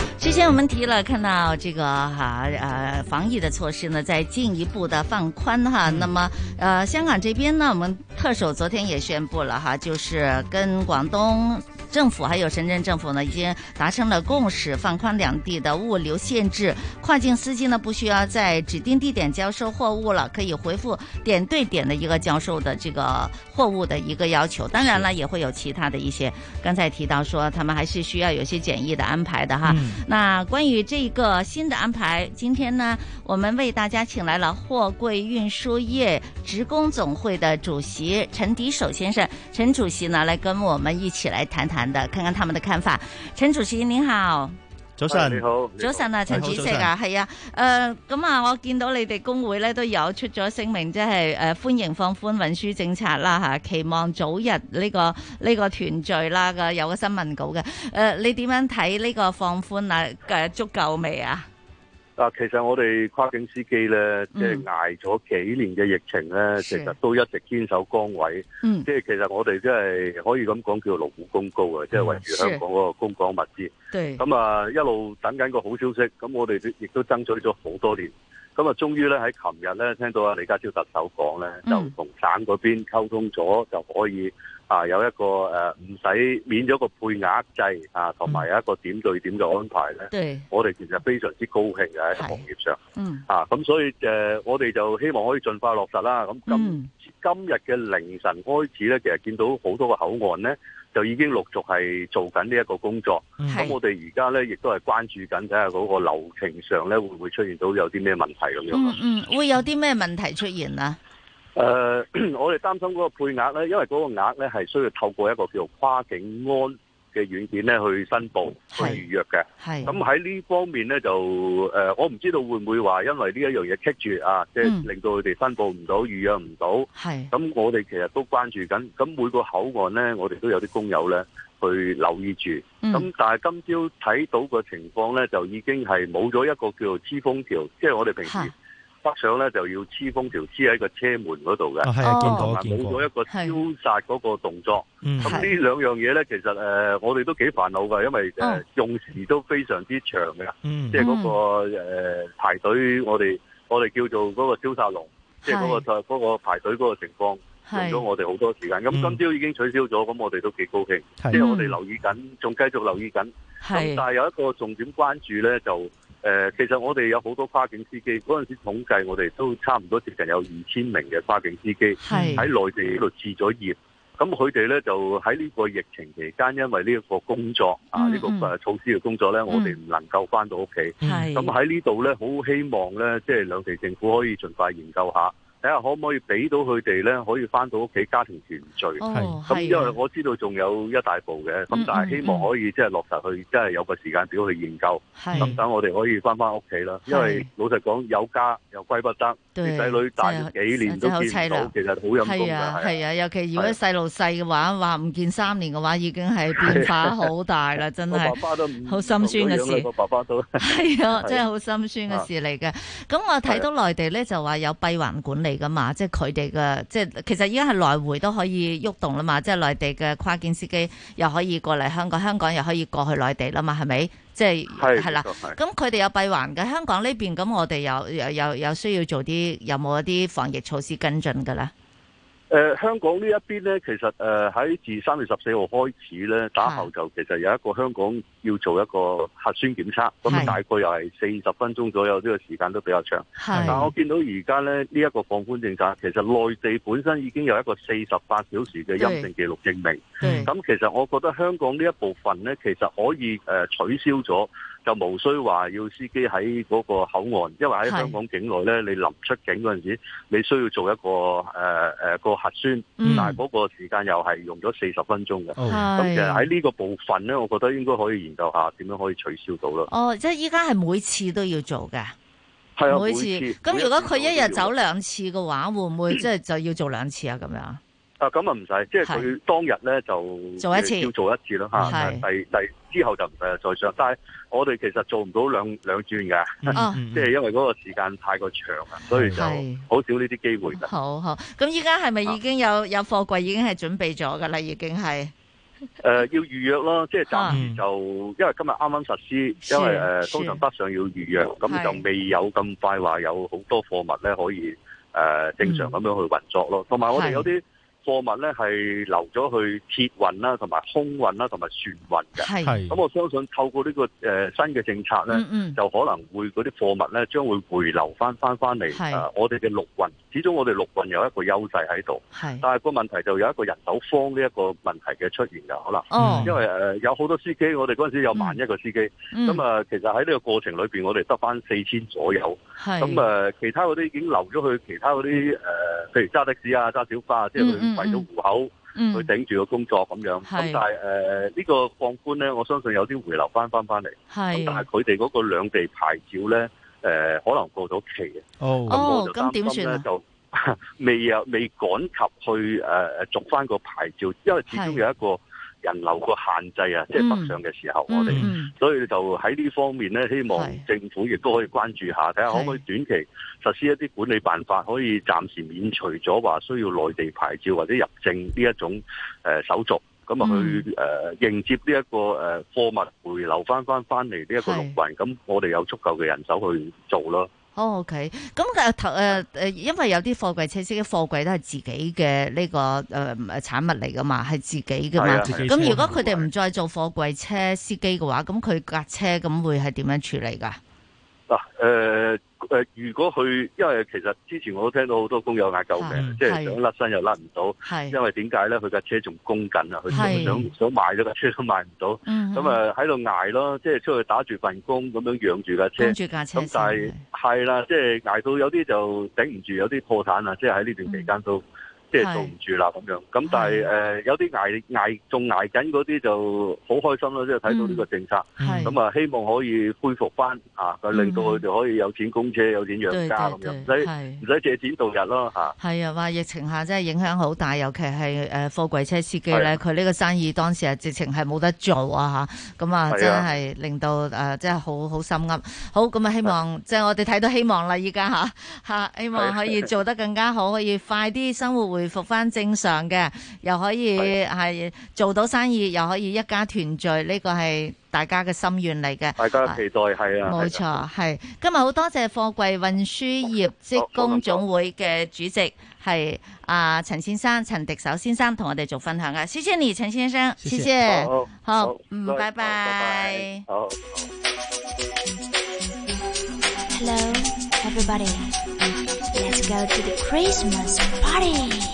天我們提了，看到這個哈呃防疫的措施呢，在進一步的放寬哈。那麼呃香港這邊呢，我們特首昨天也宣布了哈，就是跟廣東政府還有深圳政府呢，已經達成了共識，放寬兩地的物流限制，跨境司機呢不需要在指定地點交收貨物了，可以回復點對點的一個交收的這個貨物的一個要求。當然了，也會有其他的一些，剛才提到說他們還是需要有些檢疫的安排的哈。嗯、那關於這個新的安排，今天呢，我們為大家請來了貨櫃運輸業職工總會的主席陳迪手先生，陳主席呢來跟我們一起來談談的，看看他們的看法。陳主席您好。 早晨， 你好， 早晨啊，陳主席啊，係啊，誒，咁啊，我見到你哋工會咧都有出咗聲明，即係誒歡迎放寬運輸政策啦吓，期望早日呢個呢個團聚啦，個有個新聞稿嘅，誒，你點樣睇呢個放寬啊？誒，足夠未啊？ 啊，其實我哋跨境司機咧，即係捱咗幾年嘅疫情咧，嗯、其實都一直堅守崗位。嗯，即係其實我哋即係可以咁講，叫勞苦功高啊，即係為住香港嗰個供港物資。對。咁啊，一路等緊個好消息，咁我哋亦都爭取咗好多年。咁啊，終於咧喺琴日咧聽到阿李家超特首講咧，嗯、就同省嗰邊溝通咗，就可以啊有一個誒唔使免咗個配額制啊，同埋有一個點對點嘅安排咧。對，我哋其實非常之高興嘅喺行業上。嗯。啊，咁所以誒、呃，我哋就希望可以盡快落實啦。咁今、嗯、今日嘅凌晨開始咧，其實見到好多個口岸咧，就已經陸續係做緊呢一個工作，咁我哋而家咧亦都係關注緊，睇下嗰個流程上咧會唔會出現到有啲咩問題咁樣。 嗯嗯，會有啲咩問題出現啊？ 誒、呃，我哋擔心嗰個配額咧，因為嗰個額咧係需要透過一個叫做跨境安嘅軟件咧去申報、去預約嘅。係。咁喺呢方面咧就誒、呃，我唔知道會唔會話因為呢一樣嘢棘住啊，即係、嗯、令到佢哋申報唔到、預約唔到。係。咁我哋其實都關注緊，咁每個口岸咧，我哋都有啲工友咧去留意住。咁、嗯、但係今朝睇到個情況咧，就已經係冇咗一個叫做黐封條，即係我哋平時北上咧就要黐封條黐喺個車門嗰度嘅，係啊，見到見到冇咗一個消殺嗰個動作。咁呢兩樣嘢咧，其實誒、呃、我哋都幾煩惱㗎，因為誒、呃、用時都非常之長嘅，嗯、即係嗰、那個誒、呃、排隊，我哋我哋叫做嗰個消殺龍，即係嗰個嗰個排隊嗰個情況用咗我哋好多時間。咁今朝已經取消咗，咁我哋都幾高興，即係我哋留意緊，仲繼續留意緊。咁但係有一個重點關注咧，就誒、呃，其實我哋有好多跨境司機，嗰陣時統計我哋都差唔多接近有二千名嘅跨境司機喺內地呢度置咗業。咁佢哋咧就喺呢個疫情期間，因為呢一個工作、嗯、啊，呢、呢個誒措施嘅工作咧，嗯、我哋唔能夠翻到屋企。咁喺呢度咧，好希望咧，即係兩地政府可以盡快研究下。睇下可唔可以俾到佢哋咧，可以翻到屋企家庭團聚。係咁，因為我知道仲有一大步嘅，咁、嗯、但係希望可以即係落實去，即係有個時間表去研究。咁等我哋可以翻翻屋企啦。因為老實講，有家又歸不得，啲仔女大咗幾年都見唔到，其實好陰功㗎。係啊，係啊，尤其如果細路細嘅話，話唔見三年嘅話，已經係變化好大啦，真係。我爸爸都好心酸嘅事。我爸爸都係啊，真係好心酸嘅事嚟嘅。咁我睇到內地咧就話有閉環管理噶嘛，即係佢哋嘅，即係其實依家係來回都可以喐動啦嘛，即係內地嘅跨境司機又可以過嚟香港，香港又可以過去內地啦嘛，係咪？即係係啦，咁佢哋有閉環嘅，香港呢邊咁我哋有有有有需要做啲，有冇一啲防疫措施跟進嘅咧？ 誒、呃、香港呢一邊咧，其實誒喺、呃、自三月十四號開始咧，打後就其實有一個香港要做一個核酸檢測，咁是大概又係四十分鐘左右，呢、這個時間都比較長。是但係我見到而家咧呢一、這個放寬政策，其實內地本身已經有一個四十八小時嘅陰性記錄證明。咁其實我覺得香港呢一部分咧，其實可以誒、呃、取消咗。就無需話要司機喺嗰個口岸，因為喺香港境內咧，你臨出境嗰陣時，你需要做一個誒誒、呃、個核酸，嗯、但係嗰個時間又係用咗四十分鐘嘅。咁其實喺呢個部分咧，我覺得應該可以研究下點樣可以取消到咯。 哦，即係依家係每次都要做嘅， 係啊， 每次。咁如果佢一日走兩次嘅話，會唔會即係就要做兩次啊？咁樣？ 啊，咁啊唔使，即係佢當日咧就做一次， 要做一次咯嚇。第第之後就唔使再上，但係我哋其實做唔到兩兩轉嘅，即係因為嗰個時間太過長啊，所以就好少呢啲機會嘅。 好好，咁依家係咪已經有有貨櫃已經係準備咗㗎啦？已經係。 誒、呃，要預約咯，即係暫時就，因為今日啱啱實施，因為誒、呃、通常北上要預約，咁就未有咁快話有好多貨物咧可以誒、呃、正常咁樣去運作咯。同埋我哋有啲貨物咧係留咗去鐵運啦，同埋空運啦，同埋船運嘅。係，咁我相信透過呢、這個誒、呃、新嘅政策咧、嗯嗯，就可能會嗰啲貨物咧將會回流翻翻翻嚟誒我哋嘅陸運。始終我哋陸運有一個優勢喺度，但係個問題就有一個人手荒呢一個問題嘅出現嘅可能。哦，因為誒、呃、有好多司機，我哋嗰陣時有萬一個司機，咁、嗯、啊、嗯、其實喺呢個過程裏邊，我哋得翻四千左右。係，咁啊、呃、其他嗰啲已經流咗去其他嗰啲誒，譬如揸的士啊、揸小巴啊，即係佢為咗戶口。嗯、去頂住個工作咁樣，咁但係誒呢個放寬咧，我相信有啲回流翻翻翻嚟。係，但係佢哋嗰個兩地牌照咧，誒、呃、可能過咗期嘅。哦，咁我就擔心咧就未有未趕及去誒誒續翻個牌照，因為始終有一個人流個限制啊，即係北上嘅時候，嗯、我哋、嗯，所以就喺呢方面咧，希望政府亦都可以關注下，睇下可唔可以短期實施一啲管理辦法，可以暫時免除咗話需要內地牌照或者入證呢一種誒、呃、手續，咁啊去誒、呃、迎接呢、這、一個誒、呃、貨物回流翻翻翻嚟呢一個陸運，咁我哋有足夠嘅人手去做咯。 哦 OK，咁誒頭誒誒，因為有啲貨櫃車司機貨櫃都係自己嘅呢、這個誒誒、呃、產物嚟噶嘛，係自己嘅嘛。咁如果佢哋唔再做貨櫃車司機嘅話，咁佢架車咁會係點樣處理噶？ 嗱誒誒，如果佢因為其實之前我都聽到好多工友嗌救命，即係想甩身又甩唔到，因為點解咧？佢架車仲供緊啊，佢想想賣咗架車都賣唔到，咁啊喺度捱咯，即係出去打住份工咁樣養住架車，咁但係係啦，即係捱到有啲就頂唔住，有啲破產啊，即係喺呢段期間都。嗯即係做唔住啦咁樣，咁但係誒、呃、有啲捱捱仲捱緊嗰啲就好開心啦，即係睇到呢個政策，咁、嗯、啊希望可以恢復翻啊，令到佢哋可以有錢供車、有錢養家咁樣，唔使唔使借錢度日咯嚇。係啊，話疫情下真係影響好大，尤其係誒貨櫃車司機咧，佢呢個生意當時係直情係冇得做啊嚇，咁啊真係令到誒真係好好心噏。好咁啊，希望即係我哋睇到希望啦，依家嚇嚇，希望可以做得更加好，可以快啲生活回復翻正常嘅，又可以係做到生意，又可以一家團聚，呢個係大家嘅心願嚟嘅。 大家期待係啊， 冇錯係。今日好多謝貨櫃運輸業職工總會嘅主席係啊陳先生陳迪手先生同我哋做分享啊，謝謝你陳先生，謝謝，好，好，好嗯，拜拜。好。 Hello, everybody. Let's go to the Christmas party.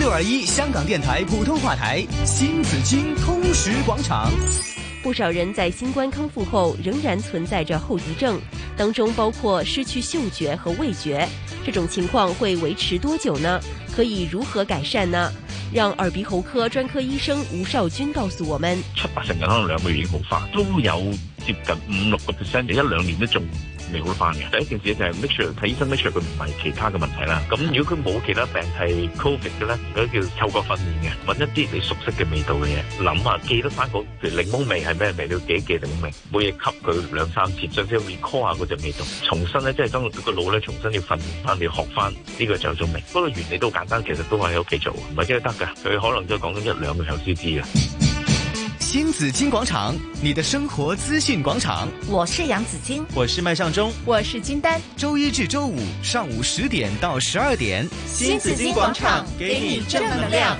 六二一香港电台普通话台新紫荆通识广场。 不少人在新冠康复后仍然存在着后遗症，当中包括失去嗅觉和味觉。这种情况会维持多久呢？可以如何改善呢？讓耳鼻喉科專科醫生吳少軍告訴我們： 七八成人可能兩個月已經好返，都有接近五六個 percent， 一兩年都仲未好返嘅。第一件事就係 make sure 睇醫生 make sure 佢唔係其他嘅問題啦。咁如果佢冇其他病係 covid 嘅咧，而家叫嗅覺訓練嘅，揾一啲你熟悉嘅味道嘅嘢，諗下記得翻嗰譬如檸檬味係咩味，你要記一記檸檬味，每日吸佢兩三次，甚至 recall 下嗰隻味道，重新咧即係將個腦咧重新要訓練翻，你要學翻呢個就種味。不過原理都簡單，其實都係喺屋企做，唔係真係得㗎。佢可能都講緊一兩個小時知嘅。 新紫荊廣場，你的生活資訊廣場。 我是楊紫荊， 我是麥尚中， 我是金丹。 周一至周五上午十點到十二點， 新紫荊廣場給你正能量。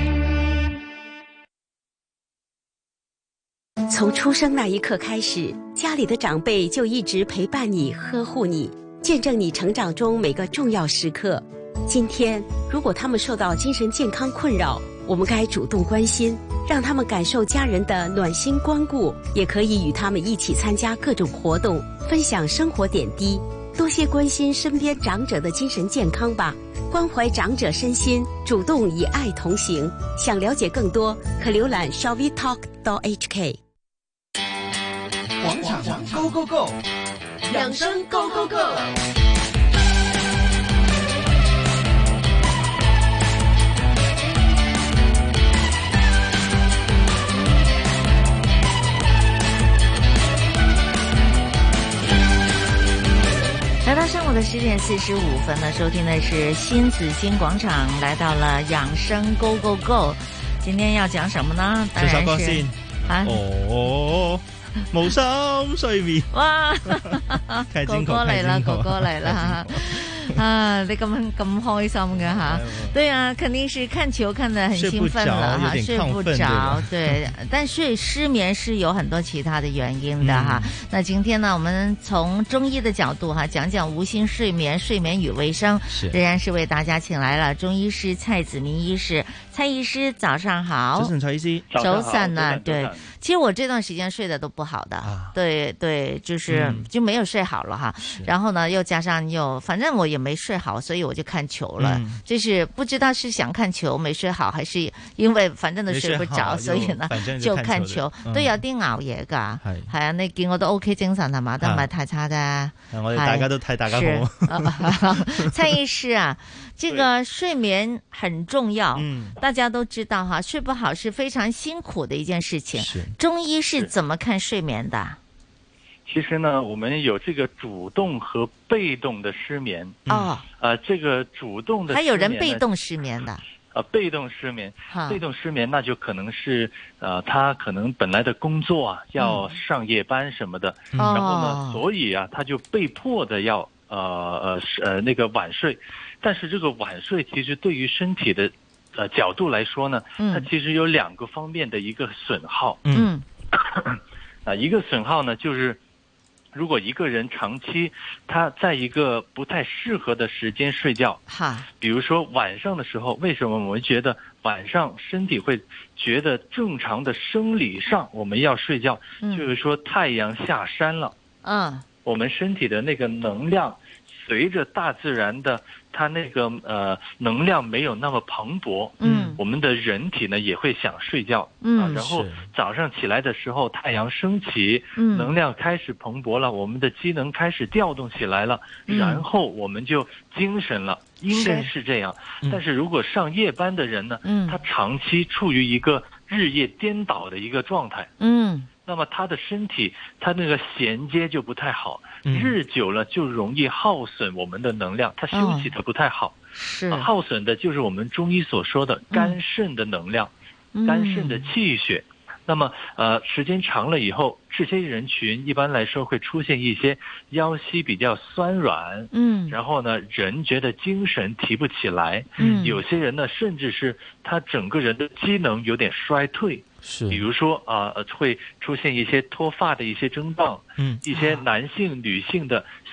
從出生那一刻開始，家裏的長輩就一直陪伴你、呵護你，見證你成長中每個重要時刻。今天，如果他們受到精神健康困擾，我們該主動關心，讓他們感受家人的暖心關顧，也可以與他們一起參加各種活動，分享生活點滴，多些關心身邊長者的精神健康吧。關懷長者身心，主動以愛同行。想了解更多，可瀏覽 shall we talk dot h k。 廣場 Go Go Go， 養生 Go Go Go。 来到上午的十點四十五分呢，收聽的是新紫荊廣場，來到了養生 Go Go Go。今天要講什麼呢？當然是首歌先啊，哦，無心睡眠。 哇，哥哥嚟啦，哥哥嚟啦。啊，你咁咁開心嘅哈？對啊，肯定是看球看得很興奮了哈，睡不着，對。但睡失眠是有很多其他的原因的哈。嗯、那今天呢，我們從中醫的角度哈，講講無心睡眠、睡眠與衛生，仍然是為大家請來了中醫師蔡梓銘醫師。蔡醫師早上好。 早晨，蔡醫師。 早晨啊，對。其實我這段時間睡得都不好的，啊、對對，就是、嗯、就沒有睡好了哈。然後呢，又加上又，反正我也沒睡好，所以我就看球了。嗯、就是不知道是想看球沒睡好，還是因為反正都睡不着，所以呢就看球。都有啲熬夜噶，係係啊，你見我都 OK 精神係嘛，都唔係太差啫。 我哋大家都睇大家好。 蔡醫師啊，這個睡眠很重要，嗯，大家都知道哈，睡不好是非常辛苦的一件事情。是中醫是怎麼看睡眠的？ 其實呢，我們有這個主動和被動的失眠。 哦， 呃，這個主動的失眠，還有人被動失眠的。呃，被動失眠，被動失眠，那就可能是，呃，他可能本來的工作啊，要上夜班什麼的，嗯、然後呢，所以啊，他就被迫的要，呃呃呃，那個晚睡。但是這個晚睡其實對於身體的，呃角度來說呢，嗯、它其實有兩個方面的一個損耗。嗯，啊，一個損耗呢，就是如果一個人長期他在一個不太適合的時間睡覺，哈，比如說晚上的時候，為什麼我們覺得晚上身體會覺得正常的生理上我們要睡覺，嗯、就是說太陽下山了，嗯，我們身體的那個能量隨着大自然的它那個呃能量沒有那麼磅礴，嗯，我們的人體呢也會想睡覺，嗯、啊，然後早上起來的時候太陽升起，嗯，能量開始蓬勃了，我們的機能開始調動起來了，嗯、然後我們就精神了，應該是這樣。嗯、但是如果上夜班的人呢，嗯，他長期處於一個日夜顛倒的一個狀態，嗯。那麼他的身體，他那個銜接就不太好，嗯、日久了就容易耗損我們的能量，他休息的不太好。是、哦啊、耗損的就是我們中醫所說的肝腎的能量，嗯、肝腎的氣血。嗯、那麼呃，時間長了以後，這些人群一般來說會出現一些腰膝比較酸軟，嗯，然後呢，人覺得精神提不起來，嗯，有些人呢，甚至是他整個人的機能有點衰退。是，比如說啊、呃，會出現一些脫髮的一些症狀，嗯，一些男性、女性的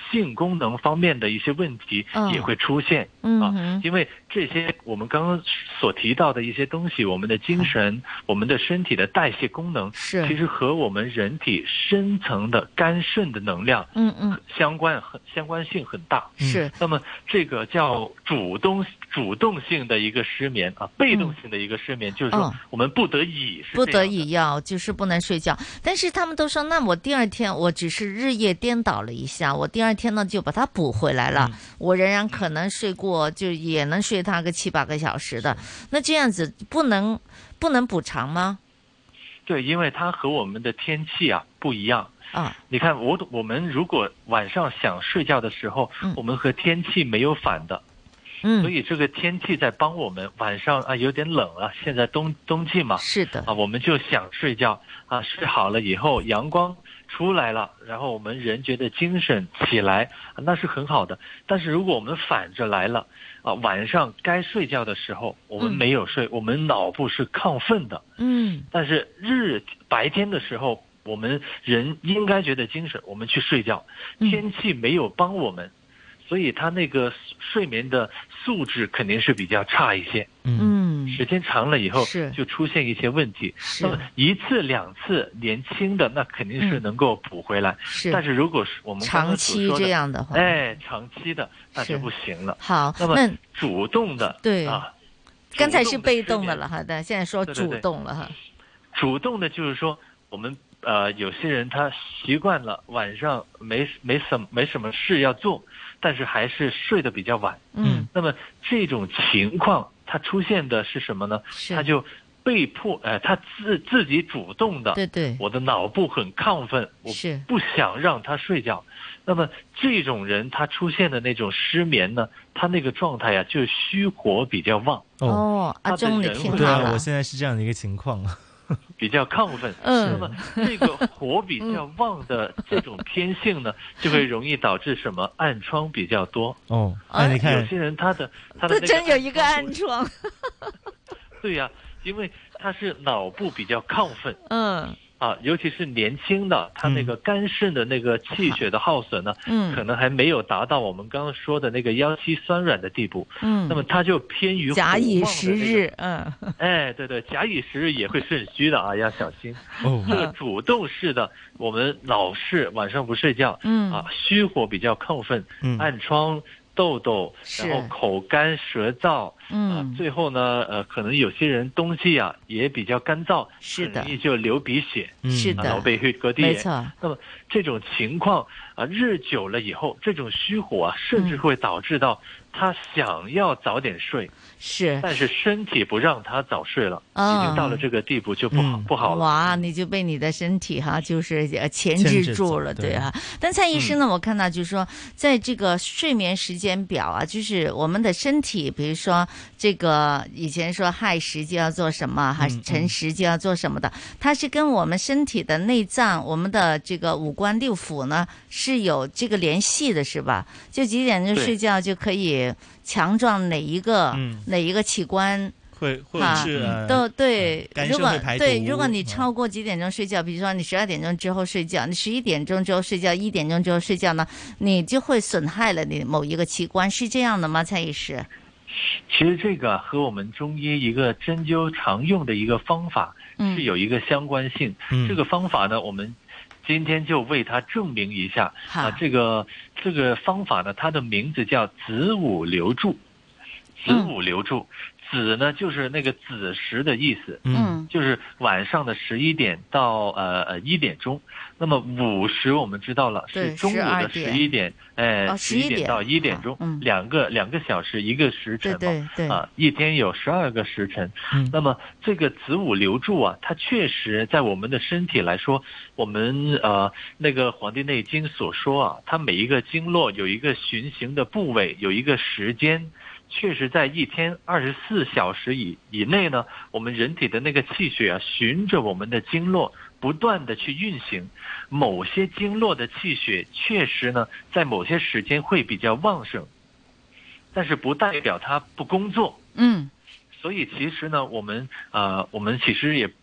性功能方面的一些问题也会出现、 嗯、 啊，因为这些我们刚刚所提到的一些东西，我们的精神、嗯、我们的身体的代谢功能， 是其实和我们人体深层的肝肾的能量， 嗯嗯， 相关很相关性很大。 是， 那么这个叫主动主动性的一个失眠啊，被动性的一个失眠，嗯、就是说我们不得已是不得已要就是不能睡觉，但是他们都说，那我第二天我只是日夜颠倒了一下，我第二天呢就把它补回来了、嗯，我仍然可能睡过，就也能睡它个七八个小时的，那这样子不能不能补偿吗？ 对，因为它和我们的天气啊不一样。 啊， 你看我我们如果晚上想睡觉的时候，嗯、我们和天气没有反的， 嗯， 所以这个天气在帮我们晚上啊有点冷了，现在冬冬季嘛， 是的啊，我们就想睡觉啊，睡好了以后阳光出来了，然后我们人觉得精神起来、啊，那是很好的。但是如果我们反着来了啊，晚上该睡觉的时候我们没有睡，嗯、我们脑部是亢奋的， 嗯， 但是日白天的时候。我们人应该觉得精神，我们去睡觉，天气没有帮我们，嗯、所以他那个睡眠的素质肯定是比较差一些。 嗯， 时间长了以后就出现一些问题。那么一次两次年轻的那肯定是能够补回来， 是、嗯。 但是如果是我们刚刚所说的长期这样的话， 哎，长期的那就不行了。 好， 那么主动的对啊， 刚才是被动的了哈，但现在说主动了哈。 对对对，主动的就是说我们。呃，有些人他习惯了晚上没没什么没什么事要做，但是还是睡得比较晚。 嗯， 那么这种情况它出现的是什么呢？他就被迫，呃，他自自己主动的， 对对， 我的脑部很亢奋，我不想让他睡觉。那么这种人他出现的那种失眠呢，他那个状态啊，就虚火比较旺。 哦，阿忠你听好了， 对啊，我现在是这样的一个情况。 比较亢奋， 嗯， 那么这个火比较旺的这种偏性呢，就会容易导致什么暗疮比较多。 哦，那你看， 有些人他的他的这真有一个暗疮。 对呀、啊，因为他是脑部比较亢奋， 嗯。 啊，尤其是年轻的，他那个肝肾的那个气血的耗损呢， 嗯， 可能还没有达到我们刚刚说的那个腰膝酸软的地步， 嗯， 那么他就偏于假以时日，嗯， 哎，对对，假以时日也会肾虚的啊，要小心。 哦， 这个主动式的，我们老是晚上不睡觉， 嗯啊，虚火比较亢奋， 嗯， 暗疮。痘痘，然后口干舌燥， 嗯、 呃，最后呢，呃，可能有些人冬季啊也比较干燥， 是的， 容易就流鼻血， 是的， 流鼻血嗰啲嘢， 没错。 那么这种情况啊、呃，日久了以后，这种虚火啊，甚至会导致到他想要早点睡， 是， 但是身体不让他早睡了， 哦、 已经到了这个地步就不好、嗯、不好了。 哇，你就被你的身体哈，就是钳制住了，对哈。但蔡医生呢、嗯，我看到就是说，在这个睡眠时间。表啊，就是我们的身体，比如说这个以前说亥时就要做什么，还是辰时就要做什么的，它是跟我们身体的内脏、我们的这个五官六腑呢是有这个联系的，是吧？就几点钟睡觉就可以强壮哪一个哪一个器官。 会或者是、 啊、都对， 呃、 如果对，如果你超过几点钟睡觉，比如说你十二点钟之后睡觉，你十一点钟之后睡觉，一点钟之后睡觉呢，你就会损害了你某一个器官，是这样的吗？蔡医师？ 其实这个和我们中医一个针灸常用的一个方法是有一个相关性。嗯、这个方法呢，我们今天就为它证明一下啊。这个这个方法呢，它的名字叫子午流注，子午流注。嗯子呢，就是那个子时的意思， 嗯， 就是晚上的十一点到呃呃一点钟。那么午时我们知道了是中午的十一点，哎，十一点到一点钟， 嗯， 两个两个小时一个时辰嘛， 对对对， 啊，一天有十二个时辰。 嗯， 那么这个子午流注啊，它确实在我们的身体来说，我们呃那个《黄帝内经》所说啊，它每一个经络有一个循行的部位，有一个时间。确实在一天二十四小时以以内呢，我们人体的那个气血啊，循着我们的经络不断的去运行。某些经络的气血确实呢，在某些时间会比较旺盛，但是不代表它不工作。 嗯， 所以其实呢，我们呃，我们其实也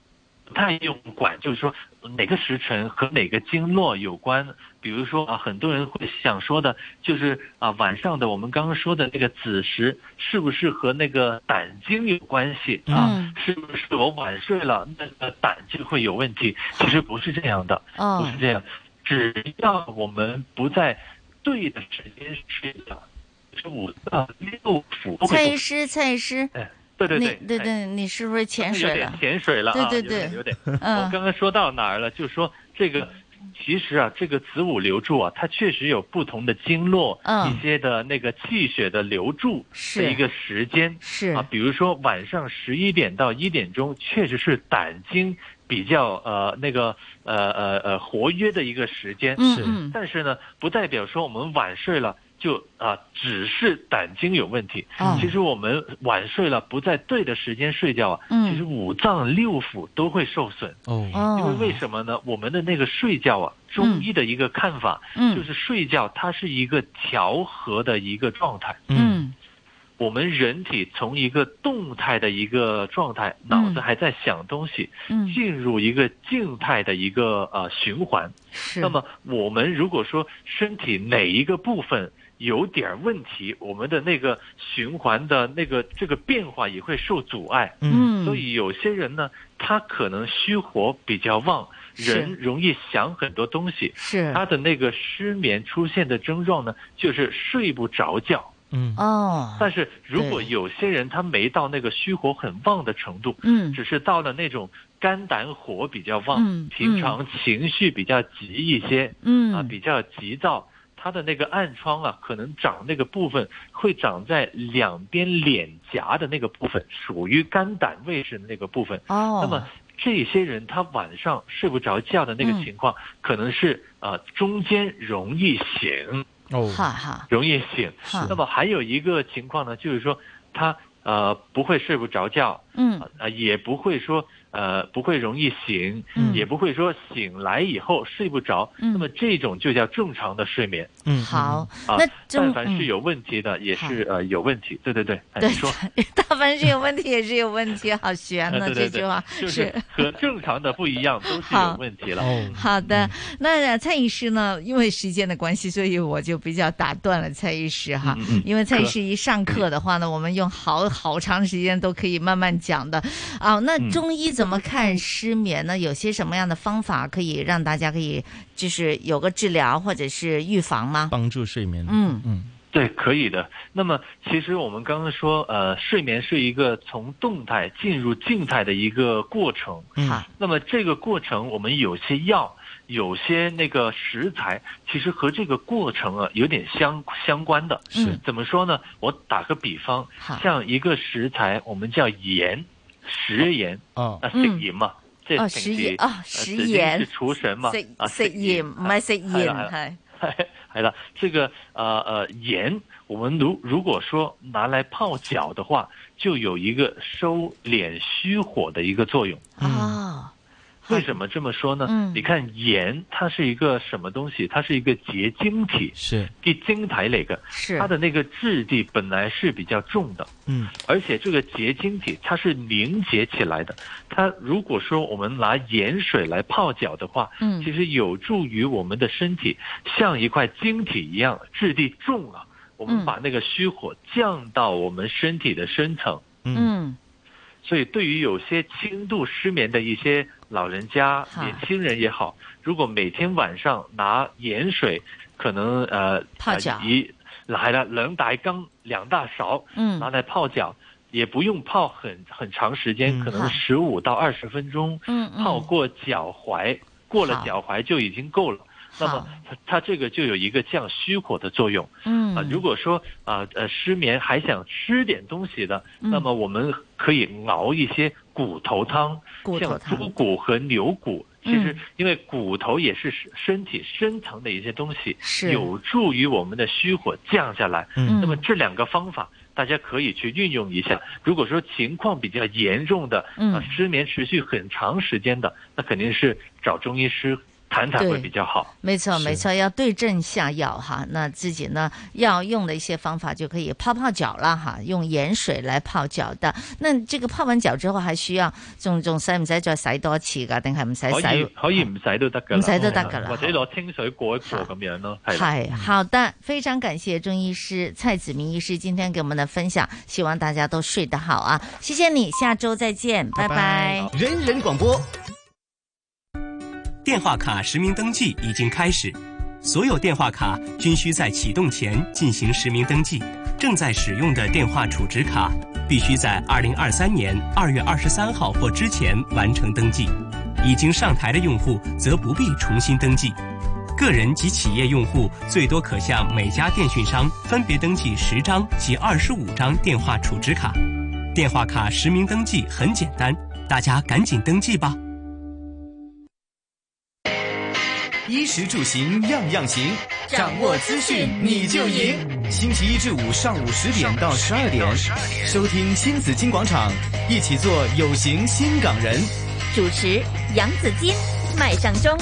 不太用管，就是说哪个时辰和哪个经络有关。比如说啊，很多人会想说的，就是啊晚上的我们刚刚说的那个子时，是不是和那个胆经有关系啊？嗯、是不是我晚睡了，那个胆就会有问题？其实不是这样的，哦、不是这样。只要我们不在对的时间睡觉，是五脏六腑都会。 蔡医师，蔡医师。 哎对对对， 对对，你是不是潜水了？ 潜水了啊！ 对对对， 有点。有点嗯、我刚刚说到哪儿了？就是说这个，其实啊，这个子午流注啊，它确实有不同的经络，嗯、一些的那个气血的流注的一个时间是啊，比如说晚上十一点到一点钟，确实是胆经比较呃那个呃呃呃活跃的一个时间， 是。 但是呢，不代表说我们晚睡了。就啊，只是胆经有问题。嗯、其实我们晚睡了，不在对的时间睡觉啊，嗯、其实五脏六腑都会受损。哦，因为为什么呢？我们的那个睡觉啊，中医的一个看法，嗯、就是睡觉它是一个调和的一个状态。嗯，我们人体从一个动态的一个状态，嗯、脑子还在想东西，嗯、进入一个静态的一个呃循环。 是。 那么我们如果说身体哪一个部分有点问题，我们的那个循环的那个这个变化也会受阻碍。嗯，所以有些人呢，他可能虚火比较旺，人容易想很多东西。 是， 他的那个失眠出现的症状呢，就是睡不着觉。 嗯哦， 但是如果有些人他没到那个虚火很旺的程度，嗯，只是到了那种肝胆火比较旺，嗯，平常情绪比较急一些，嗯啊，比较急躁。他的那个暗疮啊，可能长那个部分会长在两边脸颊的那个部分，属于肝胆位置的那个部分。哦，那么这些人他晚上睡不着觉的那个情况，嗯、可能是呃中间容易醒哦，哈哈， 容易醒。那么还有一个情况呢，就是说他呃不会睡不着觉，嗯啊、呃、也不会说。呃，不会容易醒，嗯、也不会说醒来以后睡不着，嗯、那么这种就叫正常的睡眠。 嗯，好， 啊，那但凡是有问题的，嗯、也是呃有问题。对对对， 对， 你说， 但凡是有问题也是有问题，好悬呢、啊、 对对对这句话， 就是和正常的不一样，都是有问题了。 好, 好的，那蔡医师呢？因为时间的关系，所以我就比较打断了蔡医师哈。嗯嗯、因为蔡医师一上课的话呢，我们用好好长时间都可以慢慢讲的啊。那中医怎么看失眠呢？有些什么样的方法可以让大家可以就是有个治疗或者是预防吗？ 帮助睡眠。 嗯嗯，对，可以的。那么其实我们刚刚说，呃，睡眠是一个从动态进入静态的一个过程。 嗯， 那么这个过程，我们有些药，有些那个食材，其实和这个过程啊有点相相关的。 是怎么说呢？我打个比方，像一个食材，我们叫盐。食鹽哦， 啊食鹽嘛，即係平時啊食鹽是廚神嘛， 啊食鹽唔係食鹽係係係啦，這個呃呃鹽，我們如如果說拿來泡腳的話，就有一個收斂虛火的一個作用啊。 為什麼這麼說呢？嗯、你看鹽，它是一個什麼東西？它是一個結晶體， 是結晶體嚟嘅， 是它的那個質地本來是比較重的， 嗯， 而且這個結晶體它是凝結起來的。它如果說我們拿鹽水來泡腳的話，嗯，其實有助於我們的身體像一塊晶體一樣，質地重了，我們把那個虛火降到我們身體的深層， 嗯， 所以對於有些輕度失眠的一些老人家、年輕人也好，如果每天晚上拿鹽水，可能呃泡腳， 一來了兩大羹兩大勺， 嗯， 拿來泡腳，也不用泡很很長時間，可能十五到二十分鐘， 嗯， 泡過腳踝，過了腳踝就已經夠了。那麼它它這個就有一個降虛火的作用。 嗯， 啊，如果說啊呃失眠還想吃點東西的， 嗯、 那麼我們可以熬一些骨頭湯， 骨頭湯像豬骨和牛骨。其實因為骨頭也是身體深層的一些東西， 是有助於我們的虛火降下來。 嗯， 那麼這兩個方法大家可以去運用一下。如果說情況比較嚴重的， 嗯、 啊失眠持續很長時間的，那肯定是找中醫師谈才会比较好。 没错没错，要对症下药哈。那自己呢要用的一些方法就可以泡泡腳啦哈，用鹽水來泡腳的。那這個泡完腳之後還需要仲仲使唔使再洗多次噶？定係唔使洗？ 可以可以唔洗都得噶， 唔洗都得噶啦， 或者攞清水過一過咁樣咯。 係好的，非常感謝中醫師蔡梓銘醫師今天給我們的分享，希望大家都睡得好啊！謝謝你，下周再見，拜拜。拜拜。 人人廣播， 電話卡實名登記已經開始，所有電話卡均須在啟動前進行實名登記。正在使用的電話儲值卡必須在二零二三年二月二十三號或之前完成登記，已經上台的用戶則不必重新登記。個人及企業用戶最多可向每家電訊商分別登記十張及二十五張電話儲值卡。電話卡實名登記很簡單，大家趕緊登記吧。 衣食住行樣樣行，掌握資訊你就贏。星期一至五上午十點到十二點，收聽親子金廣場，一起做有型新港人。 主持楊子矜、麥尚中。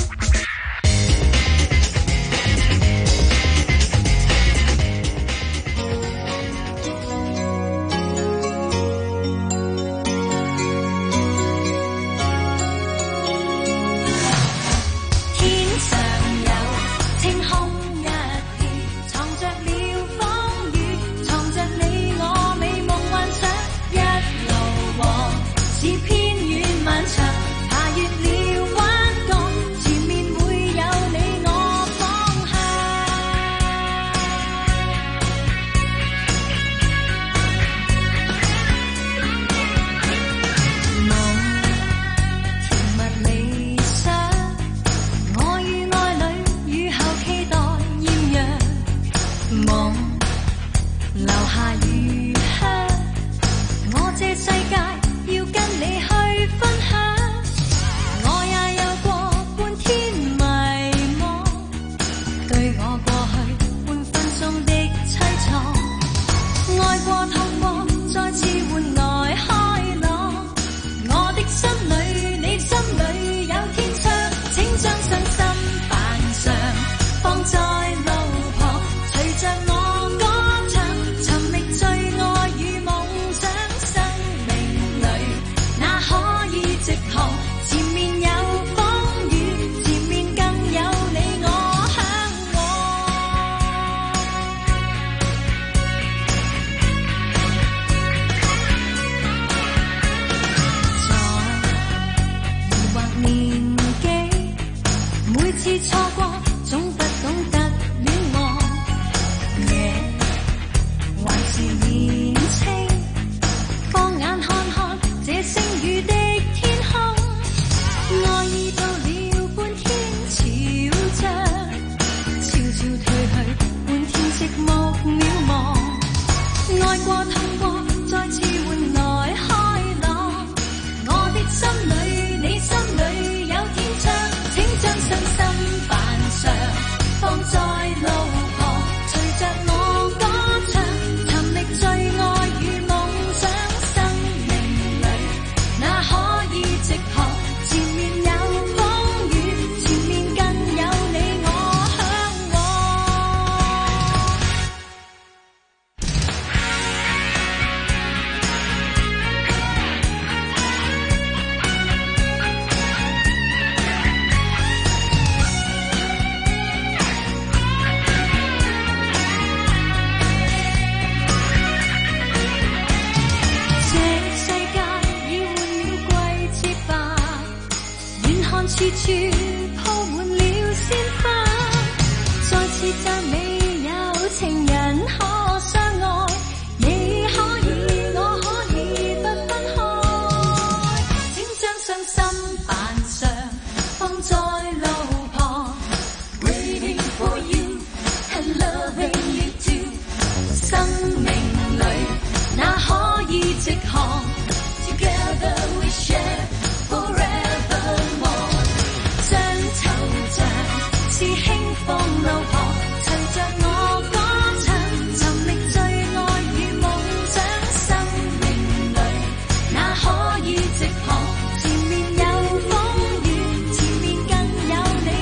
前面有風雨，前面更有你。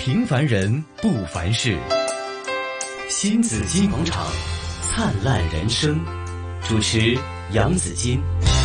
平凡人不凡事。新紫金广场，灿烂人生。主持杨紫金。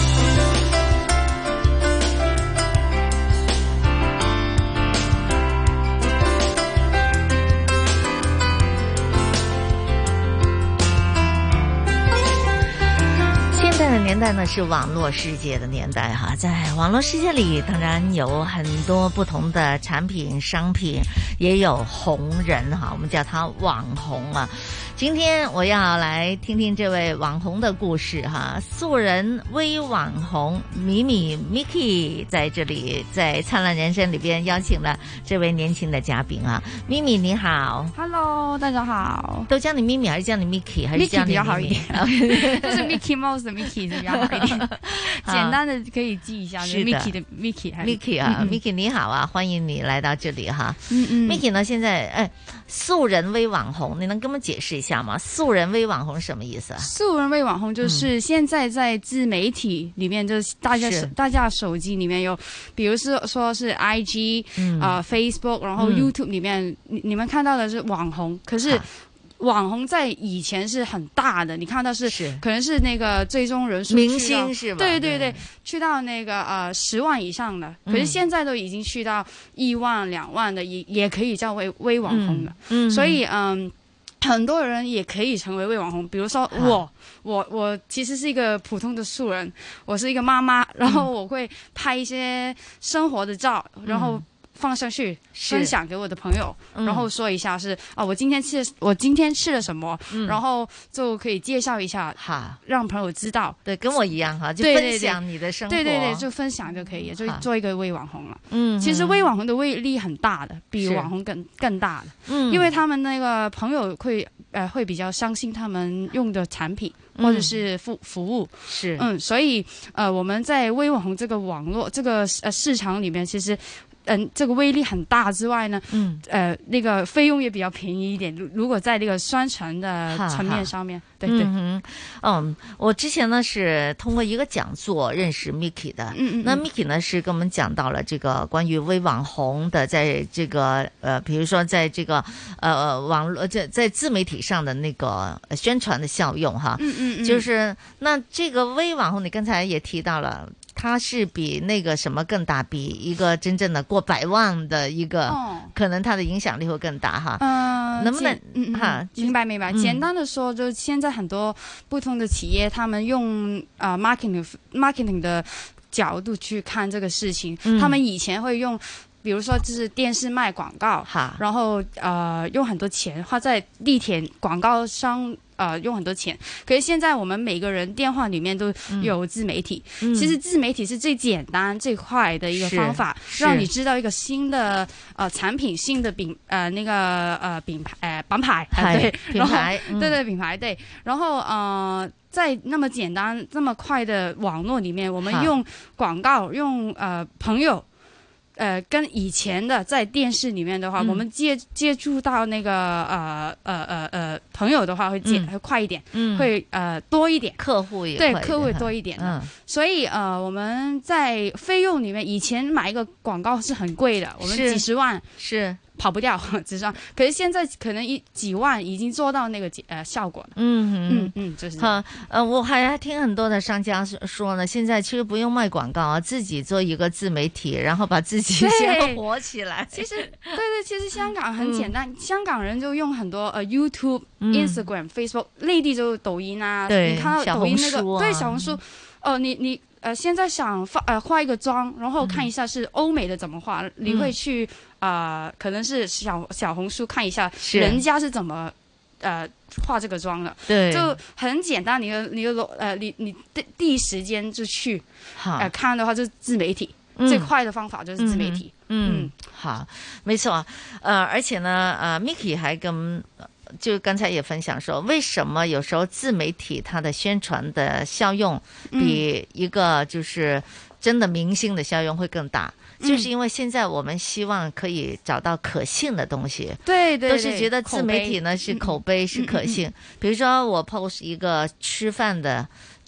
年代呢是网络世界的年代哈，在网络世界里当然有很多不同的产品商品，也有红人哈，我们叫他网红啊。今天我要来听听这位网红的故事哈，素人微网红米米 Miki 在这里，在灿烂人生里边邀请了这位年轻的嘉宾啊。米米你好。 Hello， 大家好。 都叫你米米还是叫你 Miki 还是叫你 Miki 比较好一点就是 Mickey Mouse 的 Miki 是比较好一点简单的可以记一下，是 Miki 的 Miki 还是 Miki 啊、嗯、Miki 你好啊，欢迎你来到这里哈。 嗯嗯 Miki 呢现在哎素人微网红，你能跟我们解释一下吗？素人微网红什么意思啊？ 素人微网红就是现在在自媒体里面，就是大家大家手机里面有，比如说说是 I G 啊、嗯呃、Facebook， 然后 YouTube 里面、嗯、你你们看到的是网红，可是网红在以前是很大的，你看到是, 是可能是那个追踪人数明星是吧？ 对对对，去到那个呃十万以上的，可是现在都已经去到一万两万的，也也可以叫微微网红的。嗯，所以嗯。很多人也可以成为微网红，比如说我，我我其实是一个普通的素人，我是一个妈妈，然后我会拍一些生活的照，嗯、然后放上去分享给我的朋友，然后说一下是啊，我今天吃我今天吃了什么，嗯、然后就可以介绍一下，哈，让朋友知道。 对，跟我一样哈，就分享你的生活。 对对 对, 对，就分享就可以，就做一个微网红了。嗯，其实微网红的威力很大的，比网红更更大的。嗯，因为他们那个朋友会呃会比较相信他们用的产品。或者是服服务是嗯，所以呃我们在微网红这个网络这个呃市场里面，其实嗯、呃、这个威力很大之外呢，嗯呃那个费用也比较便宜一点。如果在那个宣传的层面上面，对对嗯嗯，我之前呢是通过一个讲座认识 Miki 的，嗯嗯，那 Miki 呢是跟我们讲到了这个关于微网红的，在这个呃比如说在这个呃网络在在自媒体上的那个宣传的效用哈，嗯嗯。就是那这个微网红，你刚才也提到了，它是比那个什么更大，比一个真正的过百万的一个，哦、可能它的影响力会更大哈。嗯、呃，能不能嗯哈？明白明白。嗯、简单的说，就是现在很多不同的企业，他们用啊、呃、marketing marketing 的角度去看这个事情，嗯、他们以前会用。比如说，就是电视卖广告，然后呃用很多钱花在地铁广告上，呃用很多钱。可是现在我们每个人电话里面都有自媒体，嗯、其实自媒体是最简单最快的一个方法，让你知道一个新的呃产品、新的品呃那个呃品牌呃品牌、呃、对品牌， 嗯、对对品牌对，然后呃。在那么简单、那么快的网络里面，我们用广告，用呃朋友。呃，跟以前的在电视里面的话，嗯、我们接接触到那个呃呃呃呃朋友的话，会接、嗯、会快一点，嗯、会呃多一点， 客户也对客户也多一点的。嗯、所以呃我们在费用里面，以前买一个广告是很贵的，我们几十万是。 跑不掉，只是可是现在可能一几万已经做到那个呃效果了。 嗯嗯嗯，就是好。呃，我还听很多的商家说呢，现在其实不用卖广告啊，自己做一个自媒体，然后把自己先火起来。 其实对对，其实香港很简单，嗯、香港人就用很多呃 YouTube、Instagram、Facebook，、嗯、内地就抖音啊， 对， 你看到抖音那个、啊、对小红书，哦、呃，你你。呃，现在想化呃化一个妆，然后看一下是欧美的怎么化，嗯、你会去啊、呃，可能是小小红书看一下人家是怎么呃化这个妆的， 对， 就很简单。你的你的呃你你第第一时间就去呃看的话，就是自媒体、嗯、最快的方法就是自媒体。 嗯，嗯好，没错。呃，而且呢，呃 ，Miki 还跟。就刚才也分享说，为什么有时候自媒体它的宣传的效用比一个就是真的明星的效用会更大，嗯、就是因为现在我们希望可以找到可信的东西， 对对对， 都是觉得自媒体呢是口碑是可信。嗯、比如说我 post 一个吃饭的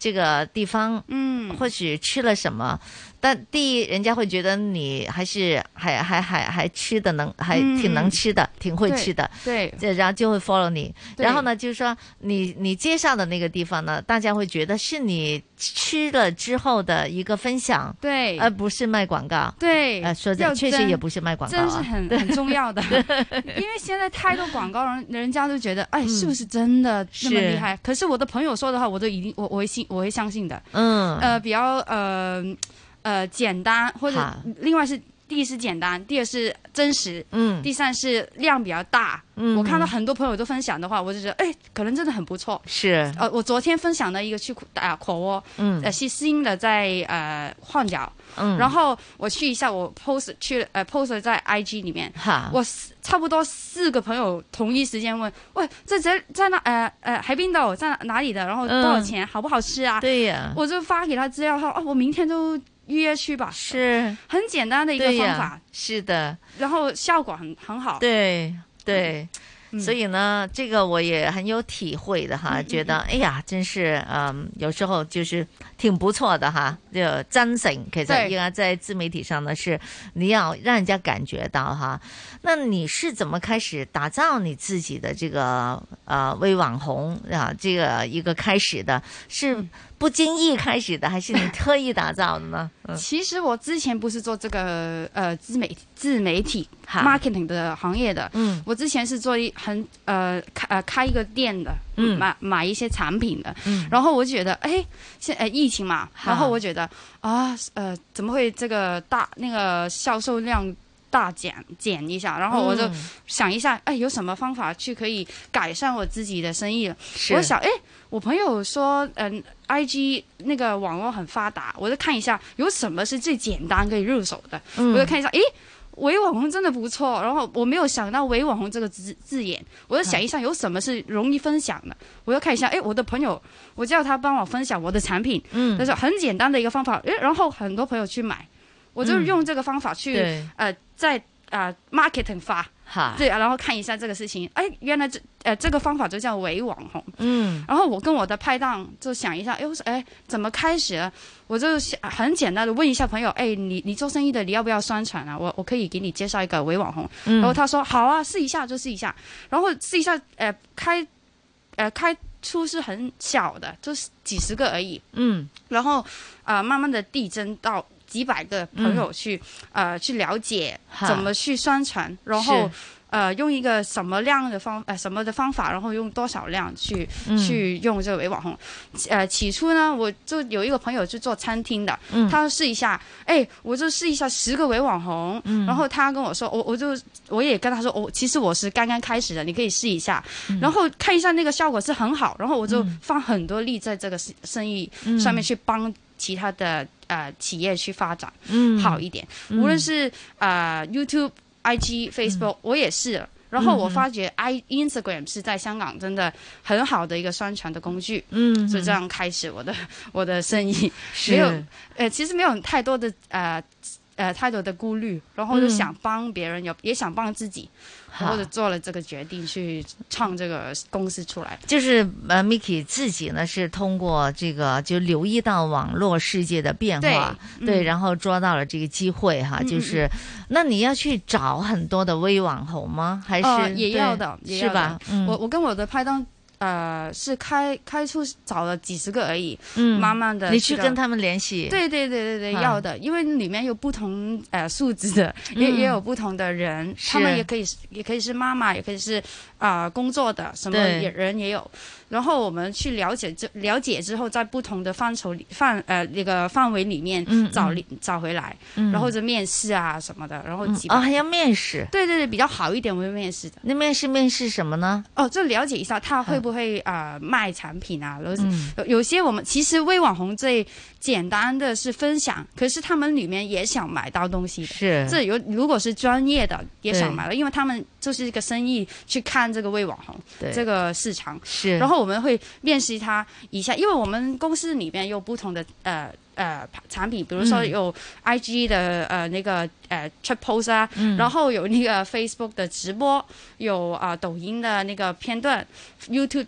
这个地方，嗯，或许吃了什么。但第一，人家会觉得你还是还还还还吃的能，还挺能吃的，嗯、挺会吃的， 对， 对，然后就会 follow 你。然后呢，就是说你你介绍的那个地方呢，大家会觉得是你吃了之后的一个分享， 对， 而不是卖广告。 对， 呃，说的确实也不是卖广告、啊， 真是很很重要的。因为现在太多广告人，人家都觉得，哎，是不是真的那么厉害？可是我的朋友说的话，我都一定我我会信，我会相信的。嗯，呃，比较呃。呃，简单或者另外是第一是简单，第二是真实，嗯，第三是量比较大。嗯，我看到很多朋友都分享的话，我就觉得，哎，可能真的很不错。 是， 呃，我昨天分享的一个去啊火锅，嗯，呃是新的在呃换角，嗯，然后我去一下，我 post 去呃 post 在 I G 里面，哈，我差不多四个朋友同一时间问，喂，这在在那呃呃海滨岛在哪里的？然后多少钱？嗯、好不好吃啊？ 对呀， 我就发给他资料，说哦，我明天就预约去吧， 是很简单的一个方法， 是的， 然后效果很很好， 对对。嗯、所以呢，这个我也很有体会的哈，嗯、觉得哎呀，真是嗯，有时候就是挺不錯的哈。就真誠，其實應該在自媒體上呢，是你要讓人家感覺到哈。那你是怎麼開始打造你自己的這個呃微網紅啊？這個一個開始的，是不經意開始的，還是你特意打造的呢？ 嗯、其實我之前不是做這個呃自媒自媒體 marketing 的行業的，嗯，我之前是做一很呃開呃開一個店的，嗯，買買一些產品的，嗯，然後我覺得哎，現呃疫情嘛，然後我覺得啊呃怎麼會這個大那個銷售量大減減一下，然後我就想一下，哎，有什麼方法去可以改善我自己的生意？我想，哎，我朋友說，嗯、呃、，I G 那個網絡很發達，我就看一下有什麼是最簡單可以入手的，嗯、我就看一下，哎，微網紅真的不錯，然後我沒有想到微網紅這個字字眼，我就想一下有什麼是容易分享的，我就看一下，哎，我的朋友，我叫他幫我分享我的產品，嗯，但是很簡單的一個方法，哎，然後很多朋友去買。我就用這個方法去，嗯、呃，在呃 marketing 發，對，然後看一下這個事情，哎，原來這呃這個方法就叫微網紅，嗯，然後我跟我的拍檔就想一下，哎，哎，怎麼開始？我就很簡單的問一下朋友，哎，你你做生意的，你要不要宣傳啊？我我可以給你介紹一個微網紅，嗯、然後他說好啊，試一下就試一下，然後試一下，呃，開，呃開出是很小的，就是幾十個而已，嗯，然後啊、呃、慢慢的遞增到幾百個朋友去，嗯、呃，去了解怎麼去宣傳，然後，呃，用一個什麼量的方，呃，什麼的方法，然後用多少量去，嗯、去用這個微網紅。呃，起初呢，我就有一個朋友是做餐廳的，嗯、他試一下，哎，我就試一下十個微網紅，嗯、然後他跟我說，我我就我也跟他說，我、哦、其實我是剛剛開始的，你可以試一下，嗯、然後看一下那個效果是很好，然後我就放很多力在這個生意上面去幫其他的。呃，企業去發展，嗯，好一點。嗯、無論是呃 YouTube、I G、Facebook，、嗯、我也是。然後我發覺 I Instagram 是在香港真的很好的一個宣傳的工具，嗯，所以這樣開始我的我的生意，沒有，呃，其實沒有太多的呃呃太多的顧慮，然後就想幫別人，有、嗯、也想幫自己。然後就做了這個決定去創這個公司出來， 就是呃 Miki 自己呢是通過這個就留意到網絡世界的變化，對，對嗯、然後抓到了這個機會哈，就是、嗯、那你要去找很多的微網紅嗎？還是、呃、 也要的，也要的是吧？嗯、我我跟我的拍檔。呃，是開開出找了幾十個而已，嗯，慢慢的、這個， 你去跟他們聯繫， 對對對對對，啊、要的，因為裏面有不同呃素質的，嗯、也也有不同的人，他們也可以也可以是媽媽，也可以是啊、呃、工作的，什麼也人也有。然後我們去了解之了解之後，在不同的範疇裡範呃那個範圍裡面找、嗯、找回來，嗯、然後就面試啊什麼的，然後幾哦還要面試， 對對對，比較好一點我會面試的。 那面試面試什麼呢？ 哦，就了解一下他會不會啊、呃、賣產品啊，嗯、有有些我們其實微網紅最簡單的是分享，可是他們裡面也想買到東西的， 是這有如果是專業的也想買了，因為他們就是一個生意去看這個微網紅對這個市場， 是然後。 我們會面試他一下，因為我們公司裏面有不同的呃呃產品，比如說有 I G 的呃那個呃出 post 啊，嗯、然後有那個 Facebook 的直播，有啊、呃、抖音的那個片段 ，YouTube 的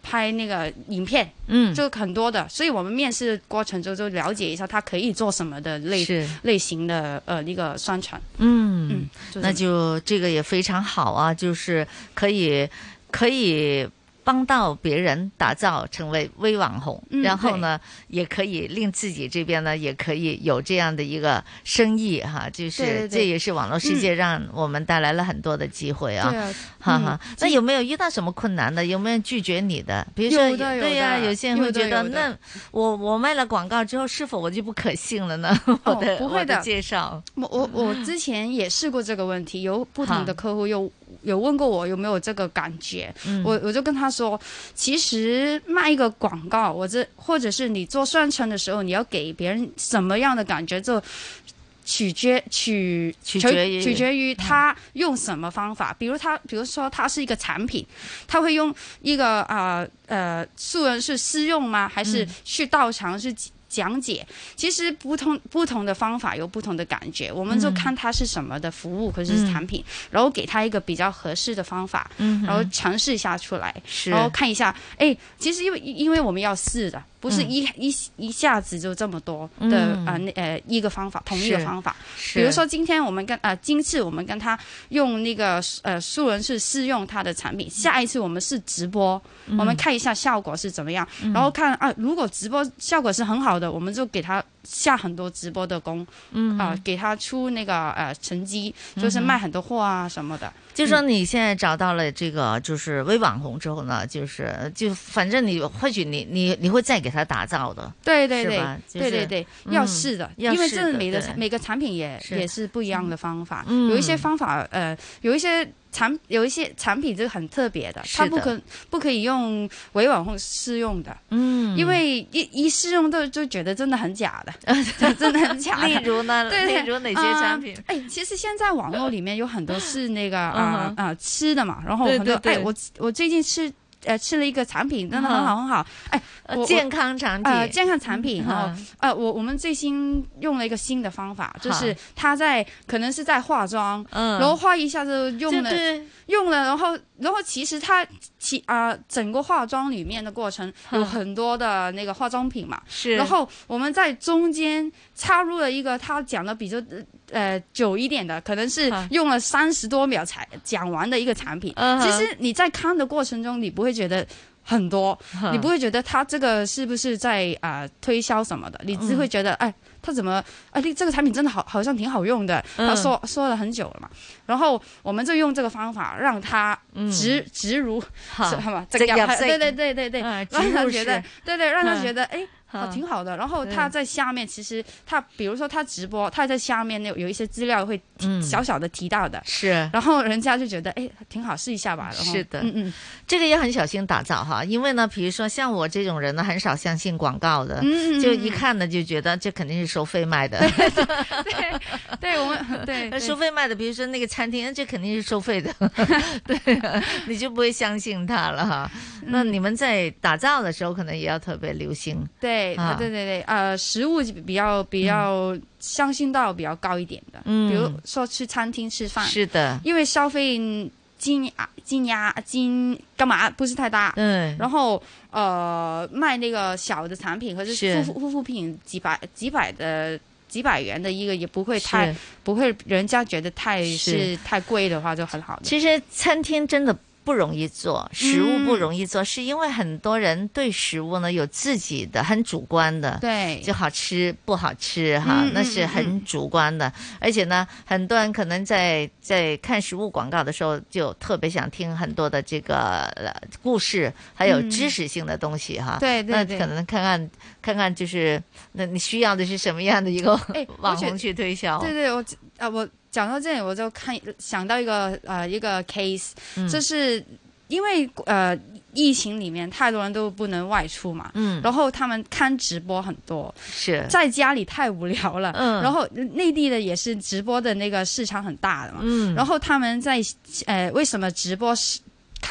拍那个影片， 嗯， 就很多的，所以我们面试过程中就了解一下他可以做什么的类类型的呃那个宣传。 嗯嗯，就那就这个也非常好啊，就是可以可以帮到别人打造成为微网红， 嗯、 然后呢，也可以令自己这边呢也可以有这样的一个生意哈，就是对对对这也是网络世界让我们带来了很多的机会啊。 对啊， 哈哈、嗯。那有没有遇到什么困难的？有没有拒绝你的？比如说， 有的有的对呀、啊，有些人会觉得，那我我卖了广告之后，是否我就不可信了呢？我的、 哦、不会的， 我的介绍， 我我我之前也试过这个问题，有不同的客户有。有问过我有没有这个感觉， 嗯、 我我就跟他说，其实卖一个广告，我这或者是你做宣传的时候，你要给别人什么样的感觉，就取决取取决于取决于他用什么方法。嗯、比如他，比如说他是一个产品，他会用一个啊 呃, 呃素人是试用吗？还是去到场是？讲解其实不同不同的方法有不同的感觉，我们就看它是什么的服务或者是产品，嗯、然后给他一个比较合适的方法， 嗯、 然后尝试一下出来，然后看一下，哎，其实因为因为我们要试的。不是一、嗯、一一下子就这么多的、嗯、呃呃一个方法，同一个方法。比如说今天我们跟呃今次我们跟他用那个呃素人是试用他的产品，下一次我们是直播， 嗯、 我们看一下效果是怎么样， 嗯、 然后看啊，如果直播效果是很好的，我们就给他下很多直播的工， 嗯啊、呃，给他出那个呃成绩，就是卖很多货啊什么的。 就说你现在找到了这个就是微网红之后呢，就是就反正你或许你你你会再给他打造的， 对对对， 就是、 对对对，嗯、要试的， 因为这每个每个产品也是也是不一样的方法， 嗯、 有一些方法呃有一些。产有一些产品就很特别的，它不可不可以用微网红试用的， 嗯， 因为一一试用都就觉得真的很假的，真的很假的。 例如呢？ 对例如哪些产品？ 哎、呃，其实现在网络里面有很多是那个啊啊、呃呃、吃的嘛，然后很多哎，我我最近吃。呃，吃了一个产品，真的很好很好。哎， 呃，健康产品， 呃，健康产品哈、嗯。呃，我我们最新用了一个新的方法，就是他在可能是在化妆， 嗯， 然后化一下就用了，用了，然后然后其实他其啊、呃、整个化妆里面的过程有很多的那个化妆品嘛， 是、嗯。 然后我们在中间插入了一个他讲的比较呃久一点的，可能是用了三十多秒才讲完的一个产品。 嗯、 其实你在看的过程中，你不会觉得很多，你不会觉得他这个是不是在啊、呃、推销什么的，你只会觉得、嗯、哎，他怎么哎这个产品真的好好像挺好用的， 嗯、 他说说了很久了嘛，然後我們就用這個方法讓他植、嗯、植入，係嘛？植入，對對對對對， 嗯、 讓他覺得，對對，讓他覺得，哎。 嗯好，挺好的。然後他在下面，其實他，比如說他直播，他在下面有有一些資料會小小的提到的， 是。 然後人家就覺得，哎，挺好，試一下吧。然後是的， 嗯嗯， 這個也很小心打造哈，因為呢，比如說像我這種人呢，很少相信廣告的， 嗯， 就一看呢就覺得這肯定是收費賣的。 對對對，對我們對收費賣的，比如說那個餐廳，這肯定是收費的，對，你就不會相信它了哈。那你們在打造的時候，可能也要特別留心。 對，啊，對對對，呃，食物比較比較相信度比較高一點的，嗯，比如說去餐廳吃飯， 是的， 因為消費金額金額金幹嘛不是太大， 嗯， 然後呃賣那個小的產品或者護護膚品幾百幾百的幾百元的一個也不會太不會人家覺得太是太貴的話就很好的。 其實餐廳真的不容易做，食物不容易做，嗯，是因為很多人對食物呢有自己的很主觀的， 對， 就好吃不好吃哈，嗯，那是很主觀的，嗯，而且呢，很多人可能在在看食物廣告的時候，就特別想聽很多的這個故事，還有知識性的東西哈， 嗯，對對對， 那可能看看看看就是，那你需要的是什麼樣的一個網紅去推銷？ 對對，我啊我。講到這裡，我就看想到一個呃一個 case，嗯，就是因為呃疫情裡面太多人都不能外出嘛，嗯，然後他們看直播很多， 是在家裡太無聊了， 嗯， 然後內地的也是直播的那個市場很大的嘛，嗯，然後他們在呃為什麼直播是？看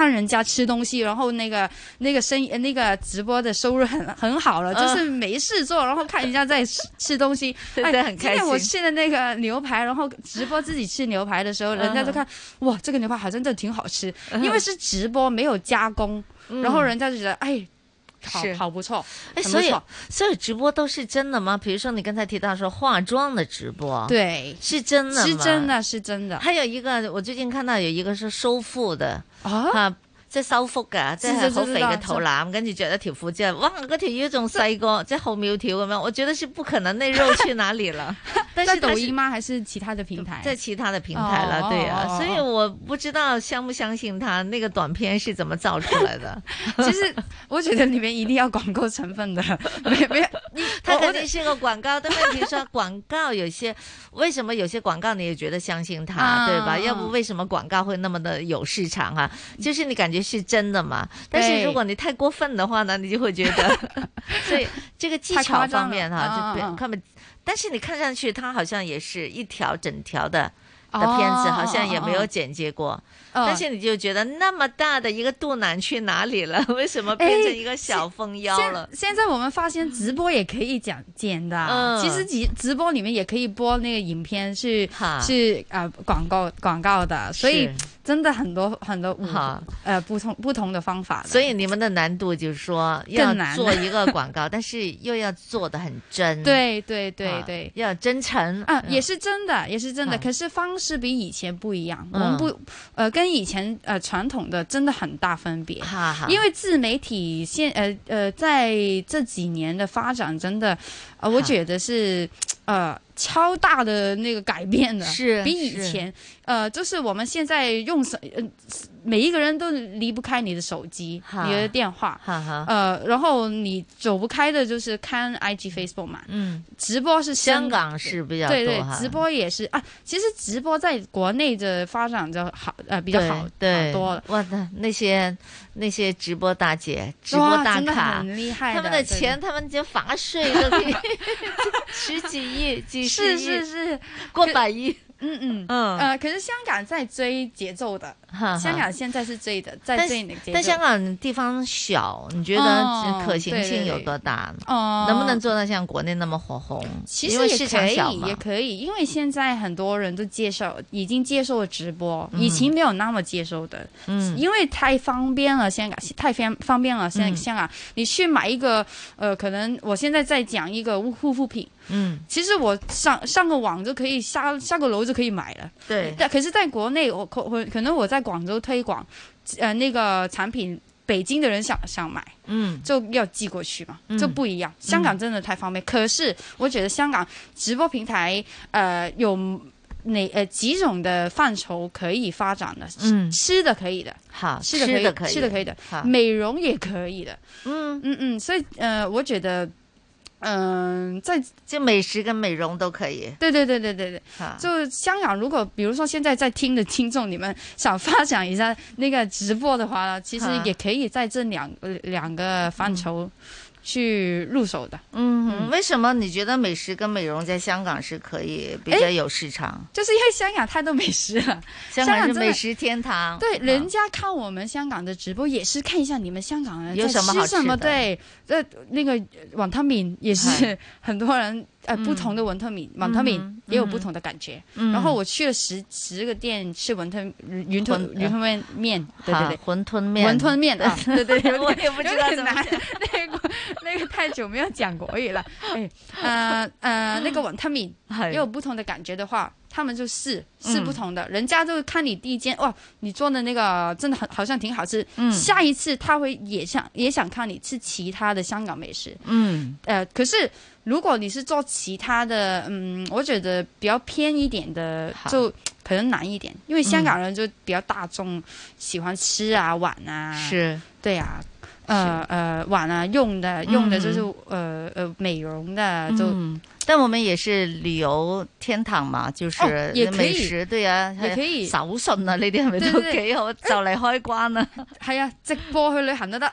看人家吃东西，然后那个那个生意那个直播的收入很很好了，就是没事做，然后看人家在吃吃东西， 对对，很开心。 今天我吃的那个牛排，然后直播自己吃牛排的时候，人家就看哇，这个牛排好像真的挺好吃，因为是直播没有加工，然后人家就觉得哎。好好不错， 哎，所以所以直播都是真的吗？比如说你刚才提到说化妆的直播， 对， 是真的吗？ 是真的，是真的。 还有一個我最近看到有一個是收腹的啊。即係收腹㗎，即係好肥嘅肚腩，跟住着一條褲之後，哇！嗰條腰仲細過，即係好苗條咁樣。我覺得是不可能，那肉去哪裡了？但是在抖音嗎？還是其他的平台？ 在其他的平台了，對啊。所以我不知道相不相信他那個短片是怎麼造出來的。 其實我覺得裡面一定要廣告成分的，沒沒有， 它肯定是個廣告。但問題說廣告有些，為什麼有些廣告你也覺得相信它，對吧？要不為什麼廣告會那麼的有市場啊？就是你感覺是真的嘛，但是如果你太過分的話呢，你就會覺得，所以這個技巧方面哈，就他們，但是你看上去它好像也是一條整條的的片子，好像也沒有剪接過，但是你就覺得那麼大的一個肚腩去哪裡了？為什麼變成一個小豐腰了？ 現在我們發現直播也可以講剪的，其實直直播裡面也可以播那個影片是是啊廣告廣告的，所以。真的很多很多呃不同不同的方法， 所以你們的難度就是說要做一個廣告，但是又要做得很真， 對對對對， 要真誠啊，也是真的，也是真的，可是方式比以前不一樣，我們不呃跟以前呃傳統的真的很大分別，因為自媒體現呃呃在這幾年的發展真的，呃我覺得是呃。超大的那個改變的， 是比以前，呃，就是我們現在用手，呃，每一個人都離不開你的手機、你的電話，呃，然後你走不開的就是看 I G、Facebook 嘛，嗯，直播是香港是比較多， 對對，直播也是啊，其實直播在國內的發展就好，呃，比較好， 對， 多了。 哇，那些那些直播大姐、直播大咖， 很厲害， 他們的錢，他們就罰稅都可以十幾億、幾十億， 是是是， 過百億。 嗯嗯嗯，呃，可是香港在追節奏的，香港現在是追的，在追那個節奏。 但香港地方小，你覺得可行性有多大？哦，能不能做到像國內那麼火紅？ 其實也可以，也可以，因為現在很多人都接受，已經接受了直播，以前沒有那麼接受的。嗯，因為太方便了，香港太方方便了，現在香港你去買一個，呃，可能我現在在講一個護膚品。嗯，其實我上上個網就可以下下個樓就可以買了。 對， 但可是在國內，我可可能我在廣州推廣，呃，那個產品，北京的人想想買，嗯，就要寄過去嘛，嗯、就不一樣。香港真的太方便，嗯、可是我覺得香港直播平台，呃，有哪呃幾種的範疇可以發展的？嗯，吃的可以的， 好， 吃的可以，吃的可以，吃的可以的，美容也可以的。嗯嗯嗯，所以呃，我覺得。嗯，在就美食跟美容都可以。 對對對對對對，就香港如果比如說現在在聽的聽眾，你們想發展一下那個直播的話呢，其實也可以在這兩兩個範疇去入手的。 嗯，為什麼你覺得美食跟美容在香港是可以比較有市場？ 就是因為香港太多美食了， 香港是美食天堂。 對，人家看我們香港的直播也是看一下你們香港人有什麼好吃的。 對，呃，那個雲吞麵也是很多人。呃，不同的雲吞麵，雲吞麵也有不同的感覺。然後我去了十十個店吃雲吞雲吞雲吞麵麵，對對對， 雲吞麵， 雲吞麵啊，對對對， 我也不知道怎麼， 那個那個太久沒有講國語了。哎，呃呃，那個雲吞麵也有不同的感覺的話，他們就試試不同的，人家就看你第一間，哇，你做的那個真的很好像挺好吃，下一次他會也想也想看你吃其他的香港美食。嗯，呃，可是。如果你是做其他的，嗯，我覺得比較偏一點的，就可能難一點，因為香港人就比較大眾，喜歡吃啊、玩啊， 是， 對啊，呃呃，玩啊，用的用的就是呃呃美容的，就、嗯， 但我們也是旅遊天堂嘛，就是美食，哦、對啊， 也可以， 手信啊，呢啲係咪都幾好？就嚟開關啦， 係啊，直播去旅行都得。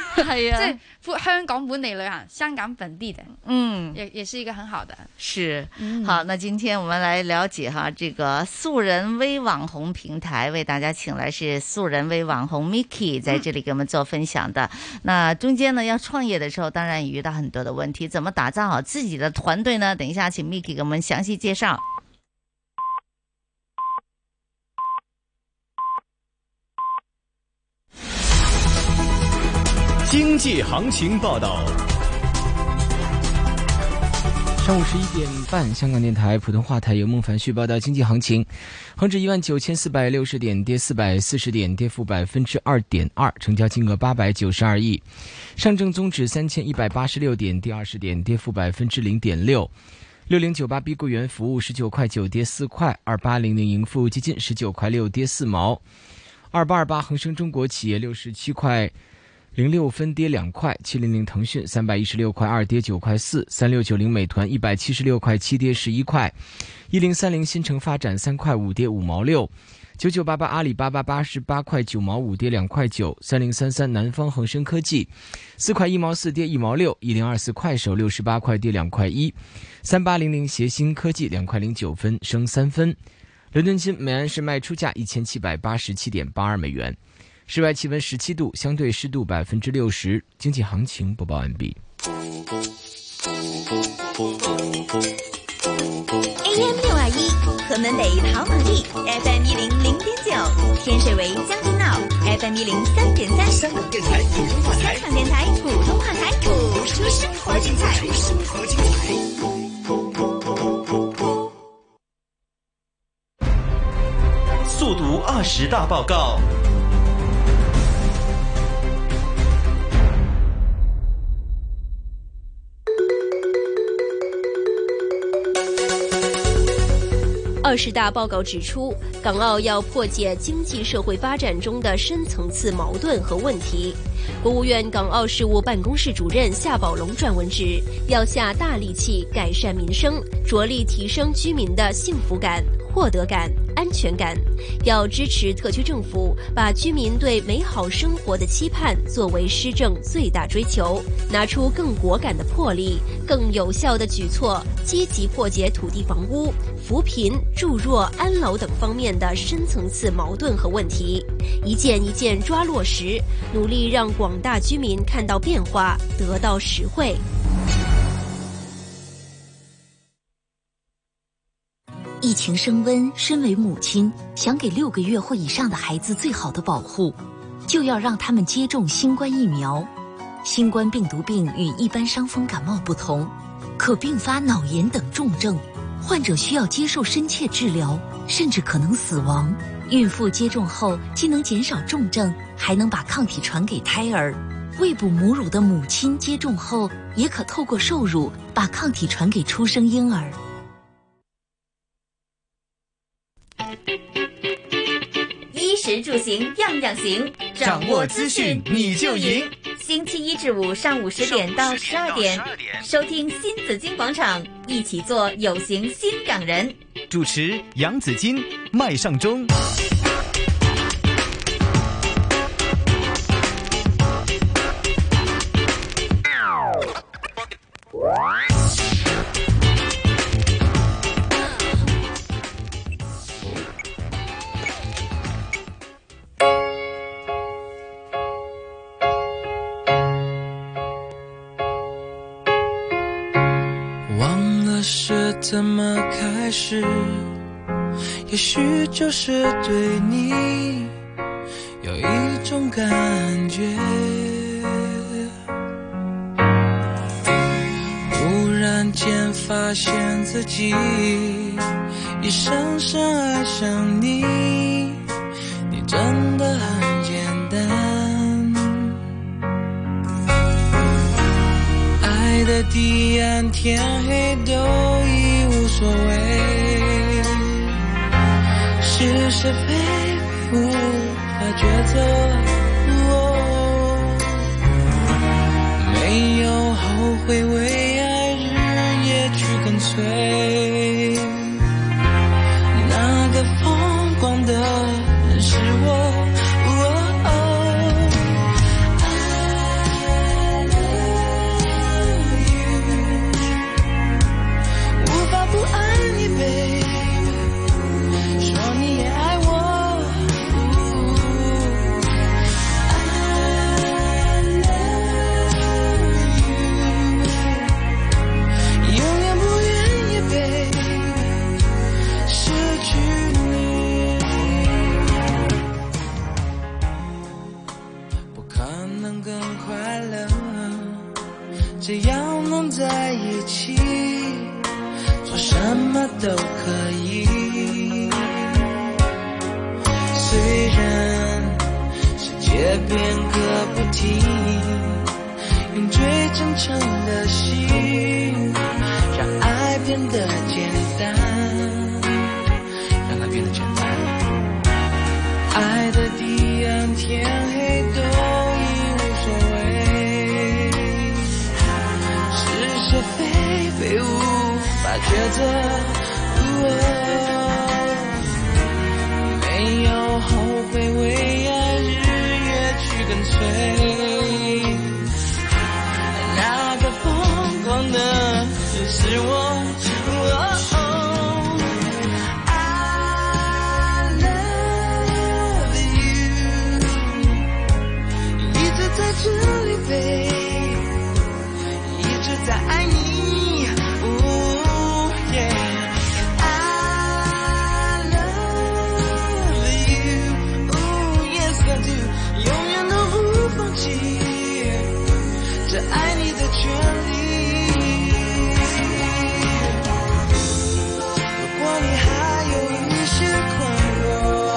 係啊，即係香港本地旅行，香港本地的， 嗯， 也也是一個很好的。 是， 嗯、 好，那今天我們來了解哈，這個素人微網紅平台為大家請來是素人微網紅 Miki 在這裡給我們做分享的。嗯、那中間呢，要創業的時候，當然也遇到很多的問題，怎麼打造好自己的團隊呢？等一下請 Miki 給我們詳細介紹。 經濟行情報道。 上午十一點半，香港電台普通話台由孟凡旭報道經濟行情。恒指一萬九千四百六十點，跌四百四十點，跌幅百分之二點二，成交金額八百九十二億。上證綜指三千一百八十六點，跌二十點，跌幅百分之零點六。六零九八 B 固元服務十九塊九，跌四塊。二八零零盈富基金十九塊六，跌四毛。二八二八恒生中國企業六十七塊零六分，跌兩塊。七零零騰訊三百一十六塊二，跌九塊四。三六九零美團一百七十六塊七，跌十一塊。一零三零新城發展三塊五，跌五毛六。九九八八阿里巴巴八十八塊九毛五，跌兩塊九。三零三三南方恒生科技四塊一毛四，跌一毛六。一零二四快手六十八塊，跌兩塊一。三八零零協鑫科技兩塊零九分，升三分。倫敦金每安士賣出價一千七百八十七點八二美元。室外氣溫十七度，相對濕度百分之六十。經濟行情播報完畢。 A M 六二一，河門北跑馬地 ，F M 一零零點九，天水圍將軍澳 ，F M 一零三點三。香港電台普通話台，香港電台普通話台，播出生活精彩。生活精彩。 速讀二十大報告。 二十大報告指出，港澳要破解經濟社會發展中的深層次矛盾和問題。國務院港澳事務辦公室主任夏寶龍撰文指，要下大力氣改善民生，着力提升居民的幸福感、獲得感、安全感，要支持特區政府把居民對美好生活的期盼作為施政最大追求，拿出更果敢的魄力、更有效的舉措，積極破解土地房屋、扶貧、助弱、安老等方面的深層次矛盾和問題，一件一件抓落實，努力讓廣大居民看到變化，得到實惠。 疫情升溫，身為母親，想給六個月或以上的孩子最好的保護，就要讓他們接種新冠疫苗。新冠病毒病與一般傷風感冒不同，可併發腦炎等重症，患者需要接受深切治療，甚至可能死亡。孕婦接種後既能減少重症，還能把抗體傳給胎兒。餵哺母乳的母親接種後，也可透過受乳把抗體傳給出生嬰兒。 衣食住行樣樣行， 掌握資訊你就贏。 星期一至五上午十點到十二點，收聽新紫荊廣場，一起做有型新港人。 主持楊紫荊、麥尚中。 是怎麼開始，也許就是對你有一種感覺，忽然間發現自己已深深愛上你，你真的很簡單，愛的彼岸天黑都已無所謂，是是非非無法抉擇，哦，沒有後悔，為愛日夜去跟隨，那個瘋狂的人是我，哦哦，愛只要能在一起，做什么都可以。虽然世界变个不停，用最真诚的心，让爱变得简单，让爱变得简单。爱的地暗天黑都已无所谓，是是非非无法抉择。没有后悔，为爱日夜去跟随。那个疯狂的是我。I love you， 一直在这里飞，一直在爱你。这爱你的权利，如果你还有一些困惑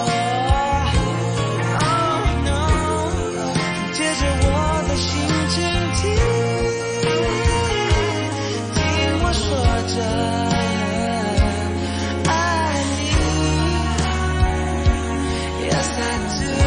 Oh no， 借着我的心倾听，听我说着爱你 Yes I do。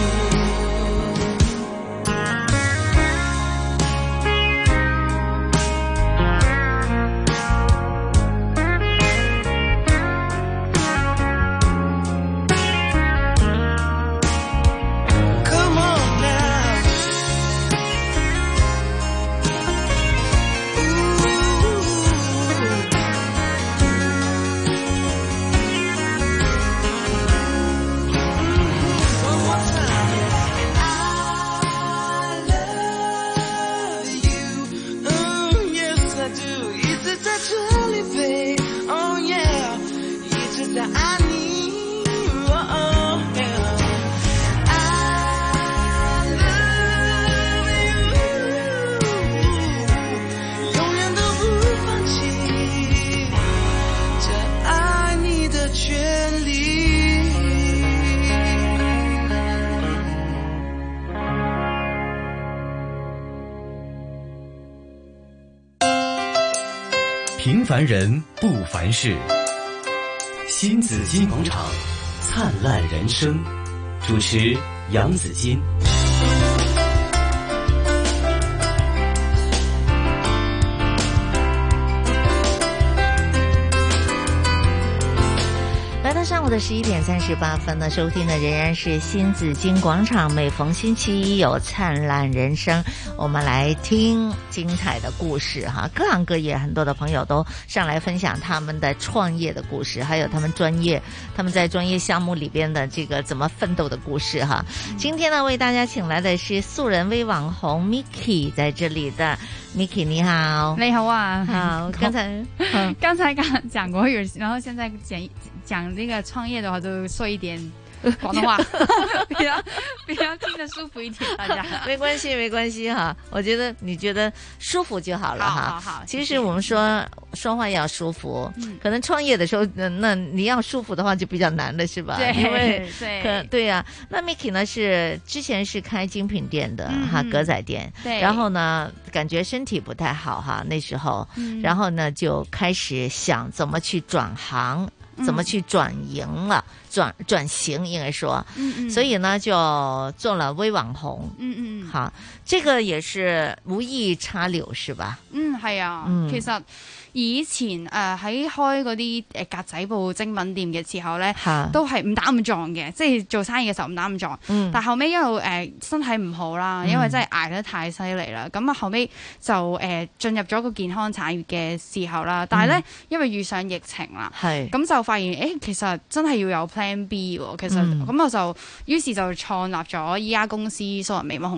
平凡人不凡事，新紫金广场，灿烂人生。主持杨紫金。 上午的十一点三十八分呢，收听的仍然是新紫金广场。每逢星期一有灿烂人生，我们来听精彩的故事哈，各行各业很多的朋友都上来分享他们的创业的故事，还有他们专业他们在专业项目里边的这个怎么奋斗的故事哈。今天呢，为大家请来的是素人微网红 Miki 在这里的。Miki 你好。 你好啊。 好，刚才刚才刚讲国语，然后现在讲讲这个创业的话，就说一点广东话，比较比较听得舒服一点，大家。 没关系，没关系哈。我觉得你觉得舒服就好了哈。 好好好。 其实我们说说话要舒服，嗯、可能创业的时候，那你要舒服的话就比较难了，是吧？ 对， 因为对可对呀、啊。那 Miki 呢是之前是开精品店的、嗯、哈，格仔店。 对。 然后呢，感觉身体不太好哈，那时候，嗯、然后呢就开始想怎么去转行。怎么去转型了？转转型应该说，嗯嗯，所以呢就做了微網紅， 嗯嗯嗯， 好，這個也是無意插柳是吧？ 嗯，係啊，嗯、其實以前誒喺、呃、開嗰啲誒格仔鋪精品店嘅時候咧，都係誤打誤撞嘅，即係做生意嘅時候誤打誤撞。嗯、但後尾因為誒、呃、身體唔好啦，因為真係捱得太犀利啦，咁啊、嗯、後尾就誒、呃、進入咗個健康產業嘅時候啦。但係咧、嗯，因為遇上疫情啦，咁就發現誒、欸、其實真係要有 Plan B 喎。其實咁、嗯、我就於是就創立咗依家公司素人微網紅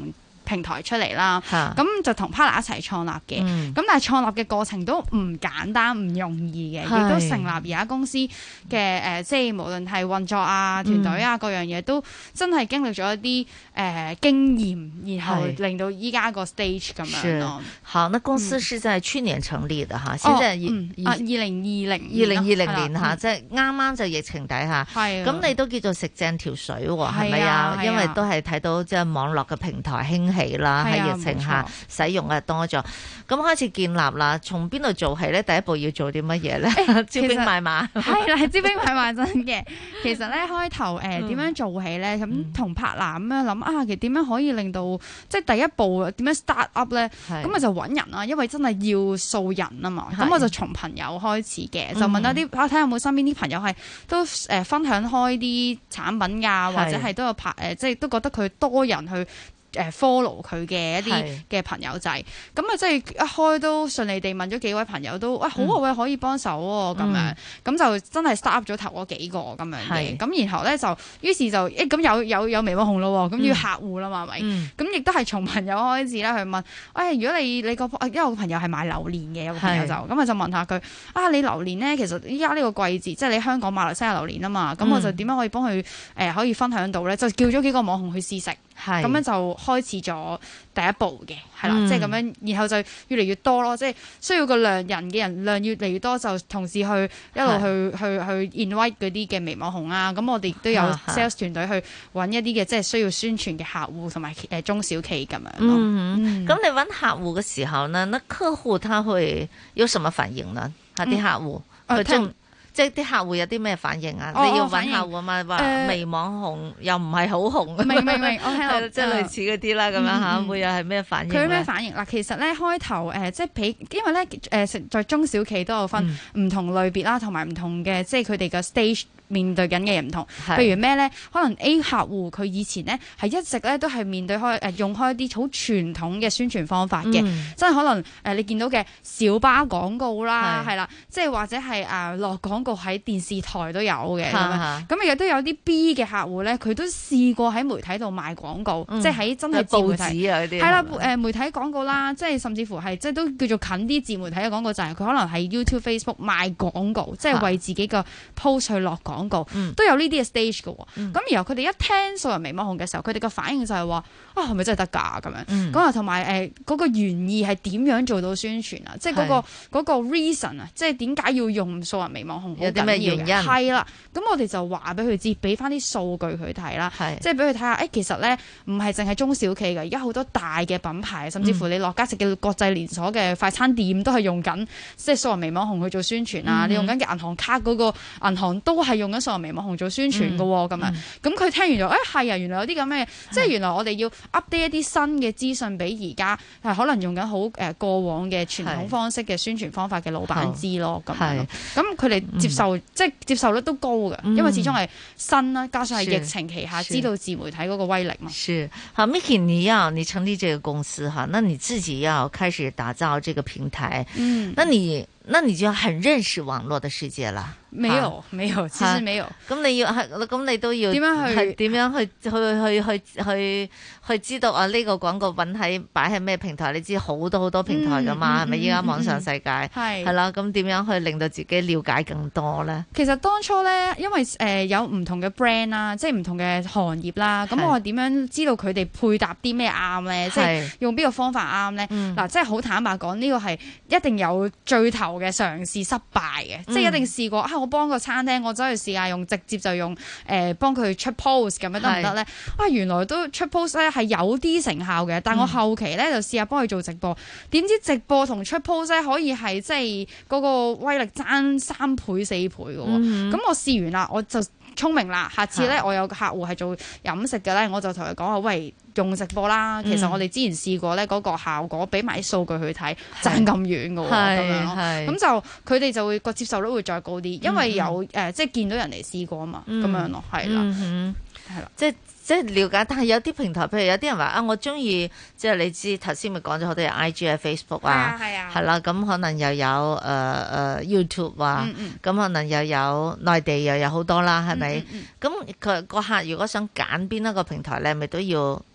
平台出嚟啦。咁、 啊、 就同 partner 一齊創立嘅。咁、嗯、但係創立嘅過程都唔簡單、唔容易嘅，亦都成立而家公司嘅誒、呃，即係無論係運作啊、團隊啊、嗯、各樣嘢都真係經歷咗一啲誒、呃、經驗，然後令到依家個 stage 咁樣咯。 好，那公司是在去年成立的哈，現在二零二零二零二零年吓，即係啱啱就疫情底下，咁你都叫做食正條水喎，係咪啊？因為都係睇到即係網絡嘅平台興起啦，喺疫情下使用嘅多咗，咁開始建立啦。從邊度做起咧？第一步要做啲乜嘢咧？招兵買馬係啦，招兵買馬真嘅。其實咧開頭誒點樣做起咧？咁同柏南咁樣諗啊，其實點樣可以令到即係第一步點樣 start up 咧？咁咪就揾人啦，因為真係要數人啊嘛。咁我就從朋友開始嘅，就問一啲睇下有冇身邊啲朋友係都誒分享開啲產品㗎，或者係都有拍誒，即係都覺得佢多人去誒 follow 佢嘅一啲嘅朋友仔，咁啊即係一開都順利地問咗幾位朋友都，喂、哎、好啊，喂可以幫手喎咁樣，咁就真係 start up 咗頭嗰幾個咁樣嘅，咁然後咧就於是就誒咁、欸、有有有微網紅咯，咁要客戶啦嘛，係咪、嗯？咁亦都係從朋友開始啦，去問，誒、哎、如果你你個因為我個朋友係買榴蓮嘅，有個朋友就咁啊就問下佢，啊你榴蓮咧其實依家呢個季節，即係你香港馬來西亞榴蓮啊嘛，咁我就點樣可以幫佢誒可以分享到咧？就叫咗幾個網紅去試食。咁樣就開始咗第一步嘅，係啦，即係咁樣，然後就越嚟越多咯，即係需要個量人嘅人量越嚟越多，就同時去一路去去去 invite 嗰啲嘅微網紅啊，咁我哋亦都有 sales 團隊去揾一啲嘅即係需要宣傳嘅客戶同埋誒中小企咁樣咯。 嗯，咁、嗯、你揾客戶嘅時候呢，那客戶他會有什麼反應呢？嚇啲客戶佢中。嗯即係啲客戶有啲咩反應啊？哦、你要揾客戶啊嘛，話、呃、微網紅又唔係好紅，明明明，我聽到即係類似嗰啲啦，咁、呃、樣嚇，會有係咩反應？佢咩反應嗱？其實咧開頭誒、呃，即係俾因為咧誒、呃，在中小企都有分唔同類別啦，同埋唔同嘅即係佢哋嘅 stage。面對緊嘅嘢唔同，譬如咩咧？可能 A 客戶佢以前咧係一直咧都係面對開誒用開啲好傳統嘅宣傳方法嘅，嗯、即係可能誒、呃、你見到嘅小巴廣告啦，係啦，即係或者係誒落廣告喺電視台都有嘅咁樣，咁亦都有啲 B 嘅客戶咧，佢都試過喺媒體度賣廣告，嗯、即係喺真係自媒體啊啲，係啦誒媒體廣告啦，即係甚至乎係即係都叫做近啲自媒體嘅廣告，就係、是、佢可能喺 YouTube、Facebook 賣廣告，即係為自己個 post 去落廣告。廣告都有呢啲嘅 stage 嘅，咁、嗯、然後佢哋一聽素人微網紅嘅時候，佢哋嘅反應就係話啊，係咪真係得㗎咁樣？咁啊，同埋誒嗰個原意係點樣做到宣傳啊？即係嗰、嗰個嗰個 reason 啊，即係點解要用素人微網紅？有啲咩原因？係啦，咁我哋就話俾佢知，俾翻啲數據佢睇啦，即係俾佢睇下，誒、欸、其實咧唔係淨係中小企嘅，而家好多大嘅品牌，甚至乎你落街食嘅國際連鎖嘅快餐店都係用緊即係素人微網紅去做宣傳啊！嗯、你用緊嘅銀行卡嗰個銀行都係用緊素人微網紅做宣傳嘅喎，咁、嗯、樣，咁佢聽完咗，誒、哎、係啊，原來有啲咁嘅，即係原來我哋要 update 一啲新嘅資訊俾而家係可能用緊好誒過往嘅傳統方式嘅宣傳方法嘅老闆知咯，咁樣，咁佢哋接受、嗯、即係接受率都高嘅、嗯，因為始終係新啦，加上係疫情期下知道自媒體嗰個威力嘛。 是，好 Micky， 你要你成立這個公司哈，那你自己要開始打造這個平台，嗯，那你那你就要很認識網絡的世界啦。 沒有，沒有，其實沒有。 咁你要係，咁你都要點樣去？點樣去？去去去去去知道啊？呢個廣告揾喺擺喺咩平台？你知好多好多平台噶嘛？係咪依家網上世界？係係啦。咁點樣去令到自己了解更多咧？ 其實當初咧，因為誒、呃、有唔同嘅 brand 啦，即係唔同嘅行業啦。咁我點樣知道佢哋配搭啲咩啱咧？即係用邊個方法啱咧？嗱、嗯，即係好坦白講，呢、這個係一定有最頭嘅嘗試失敗嘅、嗯，即係一定試過啊！我幫個餐廳，我走去試下用直接就用誒幫佢出 post 咁樣得唔得咧？啊，原來都出 post 咧係有啲成效嘅，但我後期咧就試下幫佢做直播，點、嗯、知直播同出 post 咧可以係即係嗰個威力爭三倍四倍嘅喎。咁、嗯、我試完啦，我就聰明啦，下次咧我有個客戶係做飲食嘅咧，我就同佢講話，喂，用直播啦。其實我哋之前試過咧，嗰個效果俾埋啲數據去睇，爭咁遠嘅喎，咁樣咯。咁就佢哋就會個接受率會再高啲，因為有誒、嗯呃、即係見到人哋試過啊嘛，咁、嗯、樣咯，係啦，係、嗯、啦， 即係。即係了解，但係有啲平台，譬如有啲人話啊，我中意即係你知頭先咪講咗好多嘢 I G 啊、Facebook 啊，係啊，係啦，咁可能又有誒誒、呃、YouTube 啊，咁、嗯嗯、可能又有內地又有好多啦，係咪？咁佢個客如果想揀邊一個平台咧，咪都要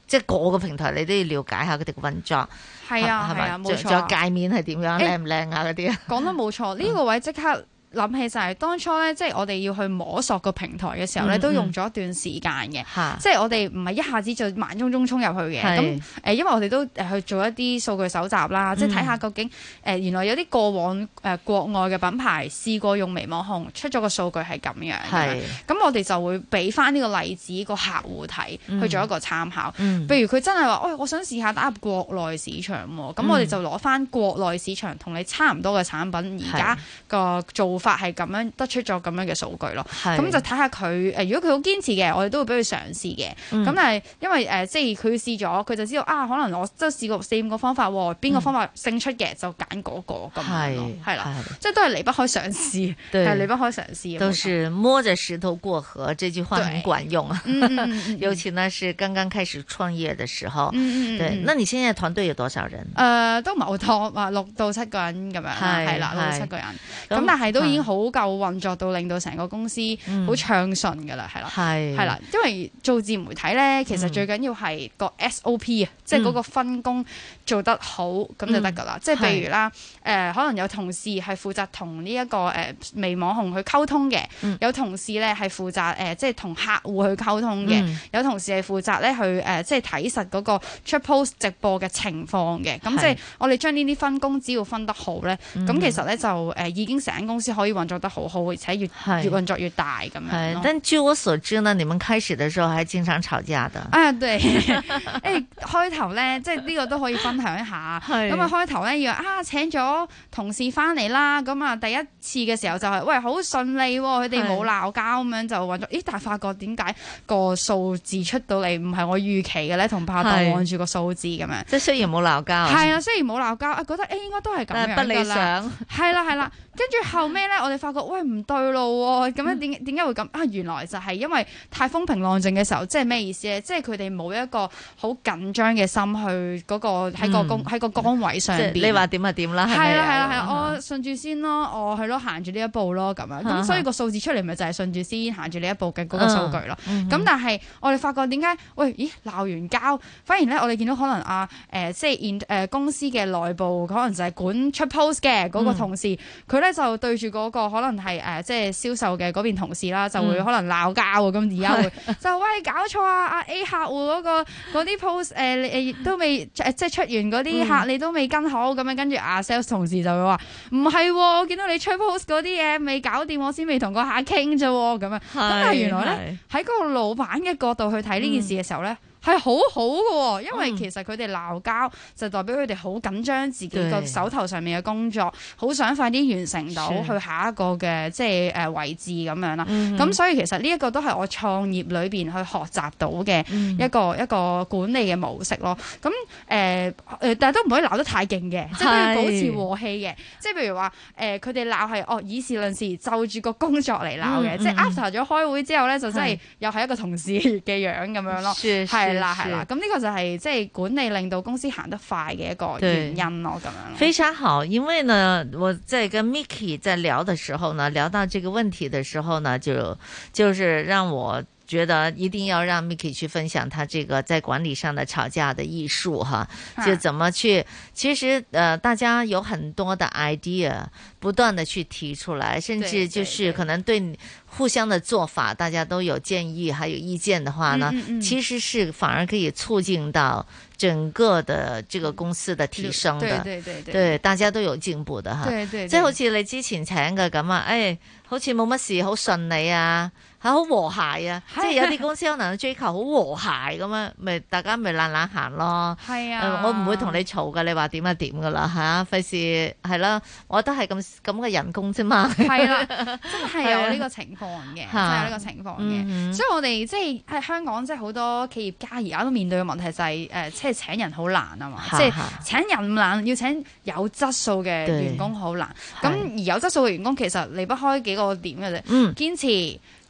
即係個個平台你都要了解下佢哋嘅運作。 係啊係啊，冇錯。 仲有界面係點樣，靚唔靚啊嗰啲啊？ 講得冇錯，呢、這個位即刻諗起就係當初咧，即係我哋要去摸索個平台嘅時候咧，嗯嗯都用咗一段時間嘅。即係我哋唔係一下子就慢衝衝衝入去嘅。咁誒、呃，因為我哋都誒去做一啲數據搜集啦，嗯、即係睇下究竟誒、呃、原來有啲過往誒、呃、國外嘅品牌試過用微網控出咗個數據係咁樣。係。咁我哋就會俾翻呢個例子個客戶睇，嗯、去做一個參考。嗯。譬如佢真係話，喂、哎，我想試下打入國內市場喎，咁、嗯、我哋就攞翻國內市場同你差唔多嘅產品，而家個做法係咁樣得出咗咁樣嘅數據咯，咁就睇下佢誒，如果佢好堅持嘅，我哋都會俾佢嘗試嘅。咁、嗯、但係因為誒、呃，即係佢試咗，佢就知道啊，可能我都試過四五個方法，邊個方法勝出嘅就揀嗰、那個咁樣咯，係啦，即係都係離不開嘗試，係離不開嘗試。 都是摸着石頭過河，這句話很管用啊。尤其呢是剛剛開始創業的時候，嗯、對。那你現在團隊有多少人？誒、 呃，都唔係好多，啊，六到七個人咁樣，係啦，六到七個人。咁但係都已經好夠運作到令到成個公司好暢順噶啦，係、嗯、啦，係係啦，因為做自媒體咧，其實最緊要係個 S O P 啊、嗯，即係嗰個分工做得好咁、嗯、就得噶啦。即係譬如啦，誒、呃、可能有同事係負責同呢一個誒、呃、微網紅去溝通嘅、嗯，有同事咧係負責誒、呃、即係同客戶去溝通嘅、嗯，有同事係負責咧去誒、呃、即係睇實嗰個出 post 直播嘅情況嘅。咁即係我哋將呢啲分工只要分得好咧，咁、嗯、其實咧就誒、呃、已經成間公司可以運作得好好，而且越越運作越大咁樣。 但據我所知呢，你們開始的時候還經常吵架的。 啊，對，誒、欸、開頭咧，即係呢個都可以分享一下。咁啊開頭咧要啊請咗同事翻嚟啦，咁啊第一次嘅時候就係、是、喂好順利、哦，佢哋冇鬧交咁樣就運作。咦，但係發覺點解個數字出到嚟唔係我預期嘅咧？同拍檔按住個數字咁樣。 即係雖然冇鬧交。 係啊，雖然冇鬧交，啊覺得誒、欸、應該都係咁樣。不理想。係啦係啦，跟住後尾咧，我哋發覺喂唔對路喎，咁樣點點解會咁啊？原來就係因為太風平浪靜嘅時候，即係咩意思咧？即係佢哋冇一個好緊張嘅心去嗰、嗰個喺個工喺、嗯、個崗位上邊。 你話點就點啦，係啦係啦係啦，我順住先咯，我係咯行住呢一步咯，咁樣咁所以個數字出嚟咪就係順住先行住呢一步嘅嗰個數據咯。咁、嗯嗯、但係我哋發覺點解？喂，咦鬧完交，反而咧我哋見到可能啊誒、呃，即係誒、呃、公司嘅內部可能就係管出 post 嘅嗰個同事，佢、嗯、咧就對住嗰個可能係誒、呃、即係銷售嘅嗰邊同事啦，就會可能鬧交喎。咁而家會就喂搞錯啊！阿 A 客戶嗰、嗰個嗰啲 post 誒誒都未即係出完嗰啲客、嗯，你都未跟好咁樣，跟住阿 sales 同事就會話唔係，我見到你出 post 嗰啲嘢未搞掂，我先未同個客傾啫咁樣。咁但係原來咧喺嗰個老闆嘅角度去睇呢件事嘅時候咧。嗯係好好嘅，因為其實佢哋鬧交就代表佢哋好緊張自己個手頭上面嘅工作，好想快啲完成到去下一個嘅即係誒位置咁樣啦。咁、嗯、所以其實呢一個都係我創業裏邊去學習到嘅一個、嗯、一個管理嘅模式咯。咁誒誒，但係都唔可以鬧得太勁嘅，即係都要保持和氣嘅。即係譬如話誒，佢哋鬧係哦以事論事，就住個工作嚟鬧嘅。即係 after 咗開會之後咧，就真係又係一個同事嘅樣咁樣咯。係。係啦，係啦，咁呢個就係即係管理令到公司行得快嘅一個原因咯，咁樣。 非常好，因為呢，我在跟 Micky 在聊的時候呢，聊到這個問題的時候呢，就就是讓我覺得一定要讓 Micky 去分享他這個在管理上的吵架的藝術哈，就怎麼去，其實呃，大家有很多的 idea 不斷的去提出來，甚至就是可能對互相的做法，大家都有建議還有意見的話呢，嗯嗯嗯，其實是反而可以促進到整個的這個公司的提升的，對對對對，對大家都有進步的哈，對對，即係好似你之前請嘅咁啊，誒，好似冇乜事，好順利啊，係好和諧啊，即係有啲公司可能追求好和諧咁樣，咪大家咪懶懶行咯，係啊，呃、我唔會同你嘈噶，你話點就點噶啦吓，費事係啦，我都係咁咁嘅人工啫嘛，係啦，真係有呢個情況嘅，真係有呢個情況嘅、嗯，所以我哋即係喺香港，即係好多企業家而家都面對嘅問題就係、是、誒、呃，即係請人好難啊嘛，即係請人唔難，要請有質素嘅員工好難，咁而有質素嘅員工其實離不開幾個點嘅啫，堅持。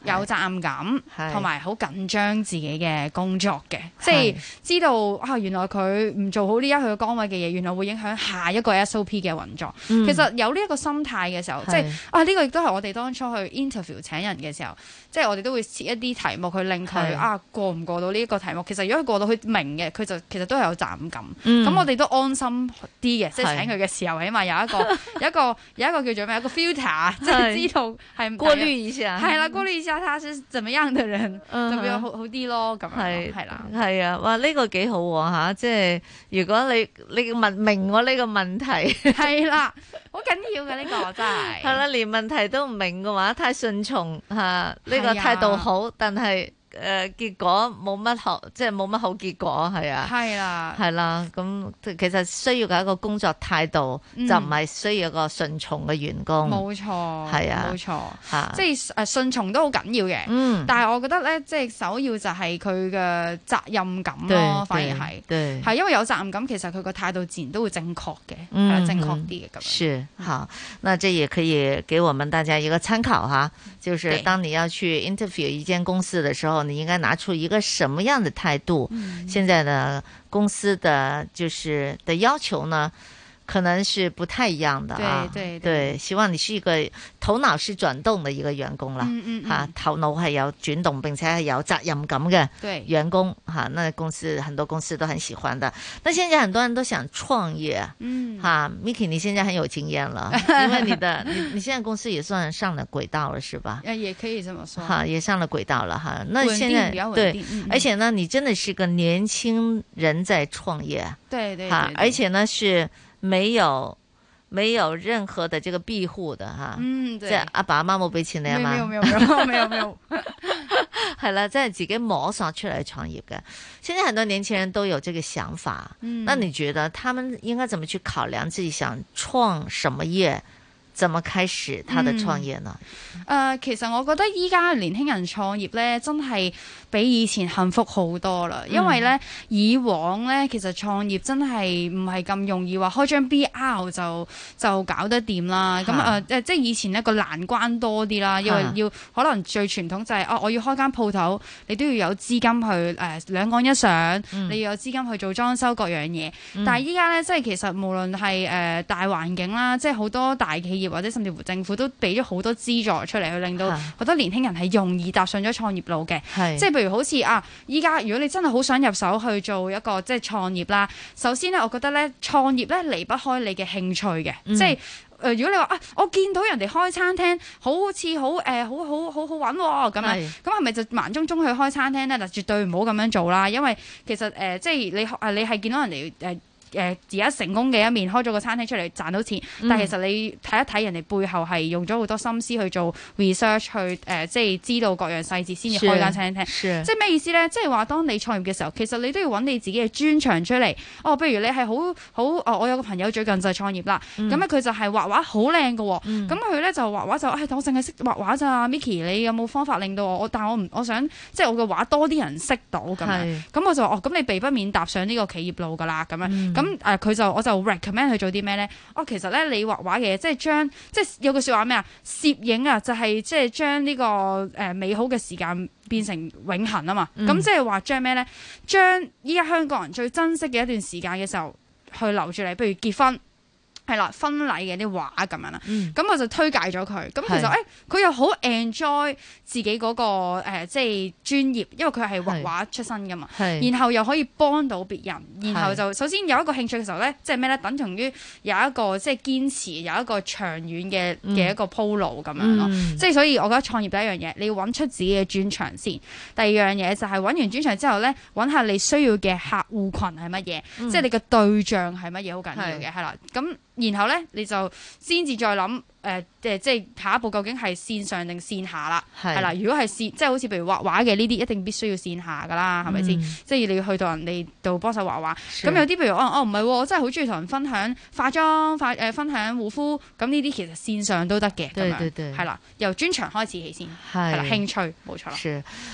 有責任感，同埋好緊張自己嘅工作嘅，即係知道啊原來佢唔做好呢一佢嘅崗位嘅嘢，原來會影響下一個 S O P 嘅運作。嗯、其實有呢一個心態嘅時候，即係啊呢、呢個亦都係我哋當初去 interview 請人嘅時候，即係我哋都會設一啲題目去令佢啊過唔過到呢一個題目。其實如果佢過到佢明嘅，佢就其實都係有責任感。咁、嗯、我哋都安心啲嘅，即係請佢嘅時候，起碼有一個有一個有一個叫做咩？一個 filter， 即係知道係過濾一下，係啦，過濾一下他是怎麼樣嘅人，嗯、就比較好好啲咯。咁樣係啦， 係啊，哇！呢、呢個幾好喎嚇，即係如果你你問明我呢個問題，係啦，好緊要嘅呢、呢個真係係啦，連問題都唔明嘅話，太順從嚇，呢、啊呢個態度好，但係。誒、呃、結果冇乜好，即係冇乜好結果，係啊，係啦，係啦，咁其實需要嘅一個工作態度，嗯、就唔係需要一個順從嘅員工。冇錯，係啊，冇錯，嚇，即係誒順從都好緊要嘅。嗯，但係我覺得咧，即係首要就係佢嘅責任感咯，反而係，對，係因為有責任感，其實佢個態度自然都會正確嘅，係、嗯、啦，正確啲嘅咁樣。是，好，那這也可以給我們大家一個參考哈，就是當你要去 interview 一間公司的時候，你應該拿出一個什麼樣的態度？嗯、現在的公司的就是的要求呢，可能是不太一樣的啊。對對對，對，希望你是一個頭腦是轉動的一個員工啦。嗯嗯嗯。哈，頭腦係有轉動，並且係有責任感嘅員工。哈，那公司很多公司都很喜歡的。那現在很多人都想創業。嗯。哈 ，Miki， 你現在很有經驗了，因為你的你你現在公司也算上了軌道了，是吧？呃，也可以這麼說。哈，也上了軌道了哈。那現在對，嗯、而且呢，你真的是個年輕人在創業。對對，對，對。哈，而且呢是。沒有沒有任何的這個庇護的哈，嗯，即係阿爸阿媽冇俾錢你啊嘛，沒有沒有沒有沒有沒有沒有，係啦，即係自己摸索出來創業嘅。現在很多年輕人都有這個想法，嗯，那你覺得他們應該怎麼去考量自己想創什麼業？怎麼開始他的創業呢？誒、嗯呃，其實我覺得依家年輕人創業咧，真係比以前幸福好多啦。因為咧、嗯，以往咧，其實創業真係唔係咁容易話開張 B R 就就搞得掂啦。咁誒、呃、即係以前一個難關多啲啦，因為要可能最傳統就係、是、哦，我要開間鋪頭，你都要有資金去誒、呃、兩岸一上、嗯，你要有資金去做裝修各樣嘢、嗯。但係依家咧，即係其實無論係誒、呃、大環境啦，即係好多大企業或者甚至乎政府都俾咗好多資助出嚟，去令到好多年輕人係容易踏上咗創業路嘅。即係譬如好似啊，依家如果你真係好想入手去做一個即係創業啦，首先咧，我覺得咧創業咧離不開你嘅興趣嘅、嗯，即係誒、呃，如果你話啊，我見到人哋開餐廳，好似好誒，好好好好揾咁啊，咁係咪就盲中中去開餐廳咧？嗱，絕對唔好咁樣做啦，因為其實誒、呃，即係你誒，你係見到人哋誒。呃誒而家成功嘅一面，開咗個餐廳出嚟賺到錢，嗯、但係其實你睇一睇人哋背後係用咗好多心思去做 research，去誒、呃、即係知道各樣細節先至開間餐廳。即係咩意思咧？即係話當你創業嘅時候，其實你都要揾你自己嘅專長出嚟。哦，譬如你係好好哦，我有個朋友最近就係創業啦，咁咧佢就係畫畫好靚嘅喎，咁佢咧就畫畫就誒、哎，我淨係識畫畫咋 ，Miki，你有冇方法令到我？我但係我唔，我想即係我嘅畫多啲人識到咁樣。咁我就話哦，咁你避不免踏上呢個企業路㗎啦，咁樣咁。嗯咁誒佢就我就 recommend 佢做啲咩咧？哦，其實咧你畫畫嘅嘢，即係將即係有句説話咩啊？攝影啊，就係即係將呢個誒美好嘅時間變成永恆啊嘛。咁、嗯、即係話將咩咧？將依家香港人最珍惜嘅一段時間嘅時候，去留住你，譬如結婚。係啦，婚禮嘅啲畫咁樣啦，咁、嗯、我就推介咗佢。咁其實誒，佢、欸、又好 enjoy 自己嗰、那個、呃、即係專業，因為佢係畫畫出身噶嘛。然後又可以幫到別人，然後就首先有一個興趣嘅時候咧，即係咩咧？等同於有一個即係堅持，有一個長遠嘅嘅、嗯、一個鋪路咁樣咯。即、嗯、係所以，我覺得創業第一樣嘢，你要揾出自己嘅專長先。第二樣嘢就係揾完專長之後咧，揾下你需要嘅客戶群係乜嘢，即係你嘅對象係乜嘢，好緊要嘅，係啦。咁然後咧，你就先至再諗，誒、呃，即係即係下一步究竟係線上定線下啦？係啦，如果係線，即係好似譬如畫畫嘅呢啲，一定必須要線下噶啦，係咪先？即係你要去到人哋度幫手畫畫。咁有啲譬如哦哦唔係，我真係好中意同人分享化妝、化誒、呃、分享護膚，咁呢啲其實線上都得嘅，咁樣係啦，由專長開始起先，係啦，興趣冇錯啦。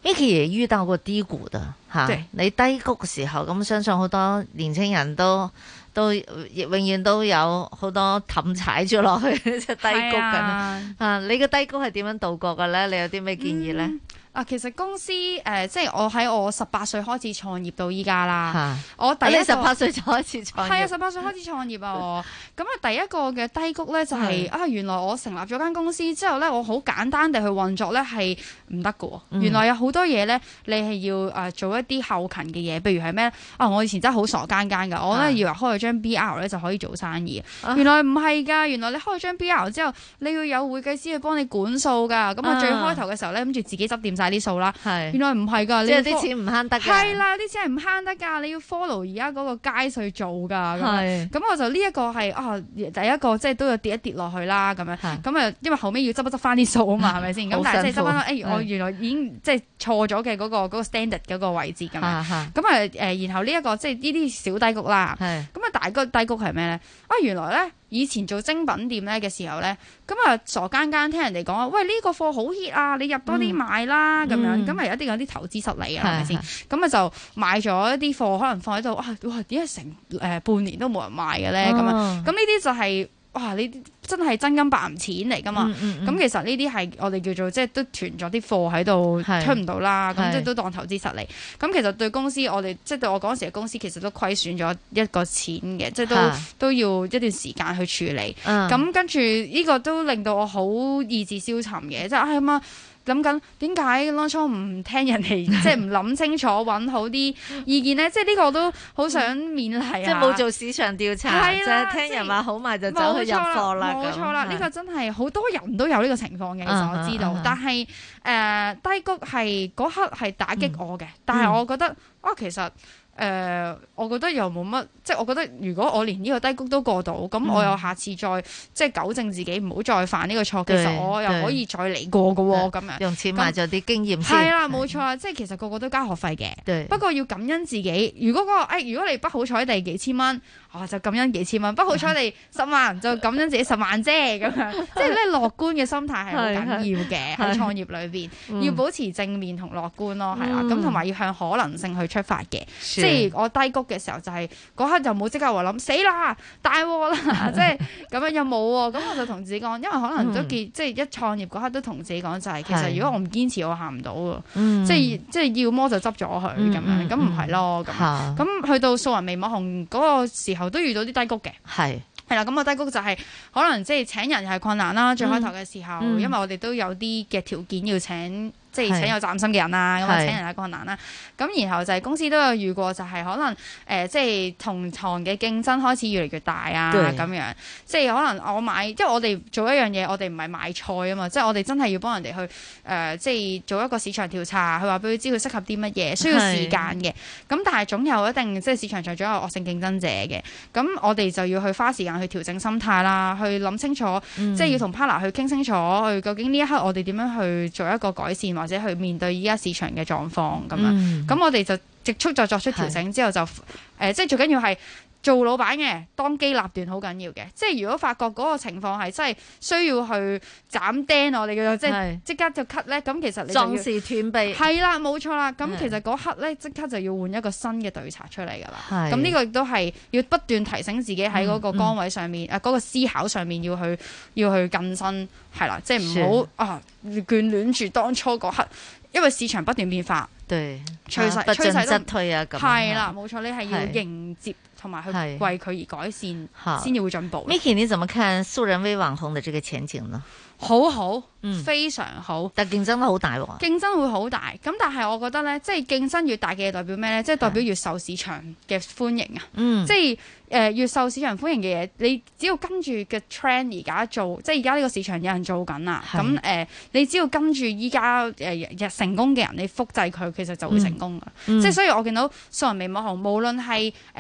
Micky 也遇到過低谷的吓，你低谷嘅時候，咁相信好多年輕人都都永遠都有好多氹踩咗落去即係低谷緊啊！啊，你嘅低谷係點樣度過嘅咧？你有啲咩建議咧？嗯啊，其實公司誒、呃，即係我喺我十八歲開始創業到依家啦。我第一十八歲就開始創業，係啊，十八歲開始創業啊！我咁啊，第一個嘅低谷咧就係、是、啊，原來我成立咗間公司之後咧，我好簡單地去運作咧係唔得㗎喎。嗯、原來有好多嘢咧，你係要誒、呃、做一啲後勤嘅嘢，譬如係咩啊？我以前真係好傻更更㗎，我咧以為開咗張 B R 咧就可以做生意，啊、原來唔係㗎。原來你開咗張 B R 之後，你要有會計師去幫你管數㗎。咁啊，最開頭嘅時候咧，諗住自己執掂晒啲數啦，原來唔係㗎， 即係啲錢唔慳得㗎， 係啦，啲錢係唔慳得㗎，你要 follow 而家嗰個街去做㗎，咁咁我就呢一個係啊第一個即係都要跌一跌落去啦，咁樣咁啊，因為後尾要執一執翻啲數啊嘛，係咪先？咁但係即係執翻，誒我原來已經即係錯咗嘅嗰個嗰個 standard 嗰個位置咁樣，咁啊誒，然後呢一個即係呢啲小低谷啦，咁啊大個低谷係咩咧？啊原來咧。以前做精品店咧嘅時候咧，咁啊傻更更聽人哋講啊，喂呢、這個貨好 hit 啊，你入多啲買啦咁、嗯、樣，咁啊一定有啲投資失利啊，係咪先？咁啊就買咗一啲貨，可能放喺度，哇哇點解成誒、呃、半年都冇人買嘅咧？咁啊、哦，咁呢啲就係、是。哇！你真係真金白銀錢嚟噶嘛？咁、嗯嗯嗯、其實呢啲係我哋叫做即係都囤咗啲貨喺度出唔到啦，咁即係都當投資失利。咁其實對公司我哋即係對我嗰陣時嘅公司其實都虧損咗一個錢嘅，即係都都要一段時間去處理。咁、嗯、跟住呢個都令到我好意志消沉嘅，即係哎呀諗緊點解當初唔聽人哋，即係唔諗清楚揾好啲意見咧？即係呢個都好想勉勵啊！ 即係冇做市場調查，就係聽人話好賣就走去入貨啦。 冇錯啦，呢個真係好多人都有呢個情況嘅，其實我知道。但係誒低谷係嗰刻係打擊我嘅，但係我覺得啊，其實。誒、呃，我覺得又冇乜，即係我覺得如果我連呢個低谷都過到，咁、嗯、我又下次再即係糾正自己，唔好再犯呢個錯。其實我又可以再嚟過嘅喎，咁樣用錢買咗啲經驗先。 係啦，冇錯啦，即係其實個個都交學費嘅。不過要感恩自己。如果嗰、那個、哎、如果你不好彩地幾千蚊，哦就感恩幾千蚊；不好彩地十萬就感恩自己十萬啫，咁樣。即係咧樂觀嘅心態係好緊要嘅喺創業裏邊，嗯、要保持正面同樂觀咯，係啦。咁同埋要向可能性去出發嘅。即係我低谷嘅時候，就係嗰刻就冇即刻話諗死啦，大鑊啦，即係咁樣又冇喎。咁我就同自己講，因為可能都結、嗯、即係一創業嗰刻都同自己講就係、是，其實如果我唔堅持，我行唔到㗎。即係即係要麼就執咗佢咁樣，咁唔係咯咁。咁、嗯、去到素人微網紅嗰個時候，都遇到啲低谷嘅。係係啦，咁個低谷就係、是、可能即係請人又係困難啦。最開頭嘅時候，嗯、因為我哋都有啲嘅條件要請。即係請有責任心嘅人啦，咁啊請人係困難啦。咁然後就係公司都有遇過，就係可能誒、呃，即係同行嘅競爭開始越嚟越大啊，咁樣。即係可能我買，因為我哋做一樣嘢，我哋唔係賣菜啊嘛，即係我哋真係要幫人哋去誒、呃，即係做一個市場調查，佢話俾佢知佢適合啲乜嘢，需要時間嘅。咁但係總有一定即係市場上總有惡性競爭者嘅。咁我哋就要去花時間去調整心態啦，去諗清楚，嗯、即係要同 partner 去傾清楚，去究竟呢一刻我哋點樣去做一個改善或者去面對依家市場嘅狀況咁樣，咁、嗯、我哋就極速就作出調整之後就誒、呃，即係最緊要係做老闆嘅當機立斷好緊要嘅，即係如果發覺嗰個情況係真係需要去斬釘，我哋嘅即係即刻就 cut 咧，咁其實你壯士斷臂係啦，冇錯啦，咁其實嗰刻咧即刻就要換一個新嘅對策出嚟㗎啦，咁呢個亦都係要不斷提醒自己喺嗰個崗位上面，誒、嗯、嗰、嗯啊嗰個思考上面要去要去更新，係啦，即係唔好啊眷戀住當初嗰刻。因為市場不斷變化，對趨勢趨勢則退啊，咁係啦，冇錯，你係要迎接同埋去為佢而改善，先至會進步。 Micky，你怎麼看素人微網紅的這個前景呢？ 好好，嗯，非常好， 但競爭都好大喎。 競爭會好大，咁但係我覺得咧，即係競爭越大嘅代表咩咧？即係代表越受市場嘅歡迎啊！嗯，即係誒、呃、越受市場歡迎嘅嘢，你只要跟住嘅 trend 而家做，即係而家呢個市場有人做緊啦。咁誒、呃，你只要跟住依家誒成功嘅人，你複製佢，其實就會成功噶。嗯、即係所以我見到素人微網紅，無論係誒其實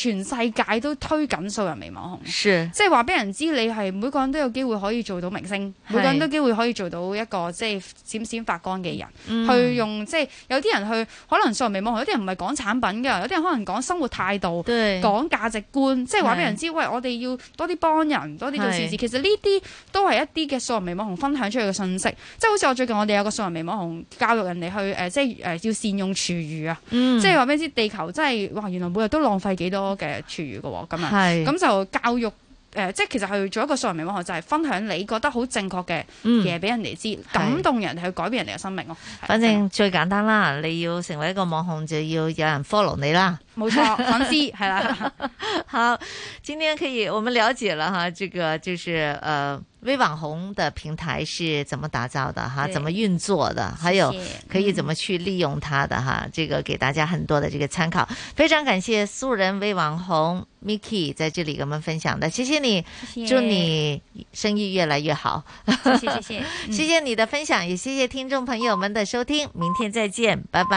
全世界都推緊素人微網紅， 是即係話俾人知你係每個人都有機會可以做到明星，每個人都有機會可以做到一個即係閃閃發光嘅人，嗯、去用即係有啲人去可能素人微網紅，有啲人唔係講產品㗎，有啲人可能講生活態度，講價值觀，即係話俾人知，喂，我哋要多啲幫人，多啲做善事。其實呢啲都係一啲嘅素人微網紅分享出去嘅信息，即係好似我最近我哋有個素人微網紅教育人哋去誒、呃，即係誒、呃、要善用廚餘啊，嗯、即係話俾你知地球真係哇，原來每日都浪費幾多嘅廚餘㗎喎，咁樣咁就教育。誒、呃，即係其實去做一個素人微網紅，就係、是、分享你覺得好正確嘅嘢俾人哋知，嗯、感動人去改變人哋嘅生命咯。 反正最簡單啦，你要成為一個網紅，就要有人 follow 你啦。 冇錯，粉絲係啦。 好，今天可以我們了解了哈，這個就是呃微網紅的平台是怎麼打造的哈，怎麼運作的，還有可以怎麼去利用它的哈，這個給大家很多的這個參考。非常感謝素人微網紅 Miki 在這裡跟我們分享的，謝謝你，謝謝祝你生意越來越好。 謝謝謝謝， 謝謝你的分享，也謝謝聽眾朋友們的收聽，明天再見，拜拜。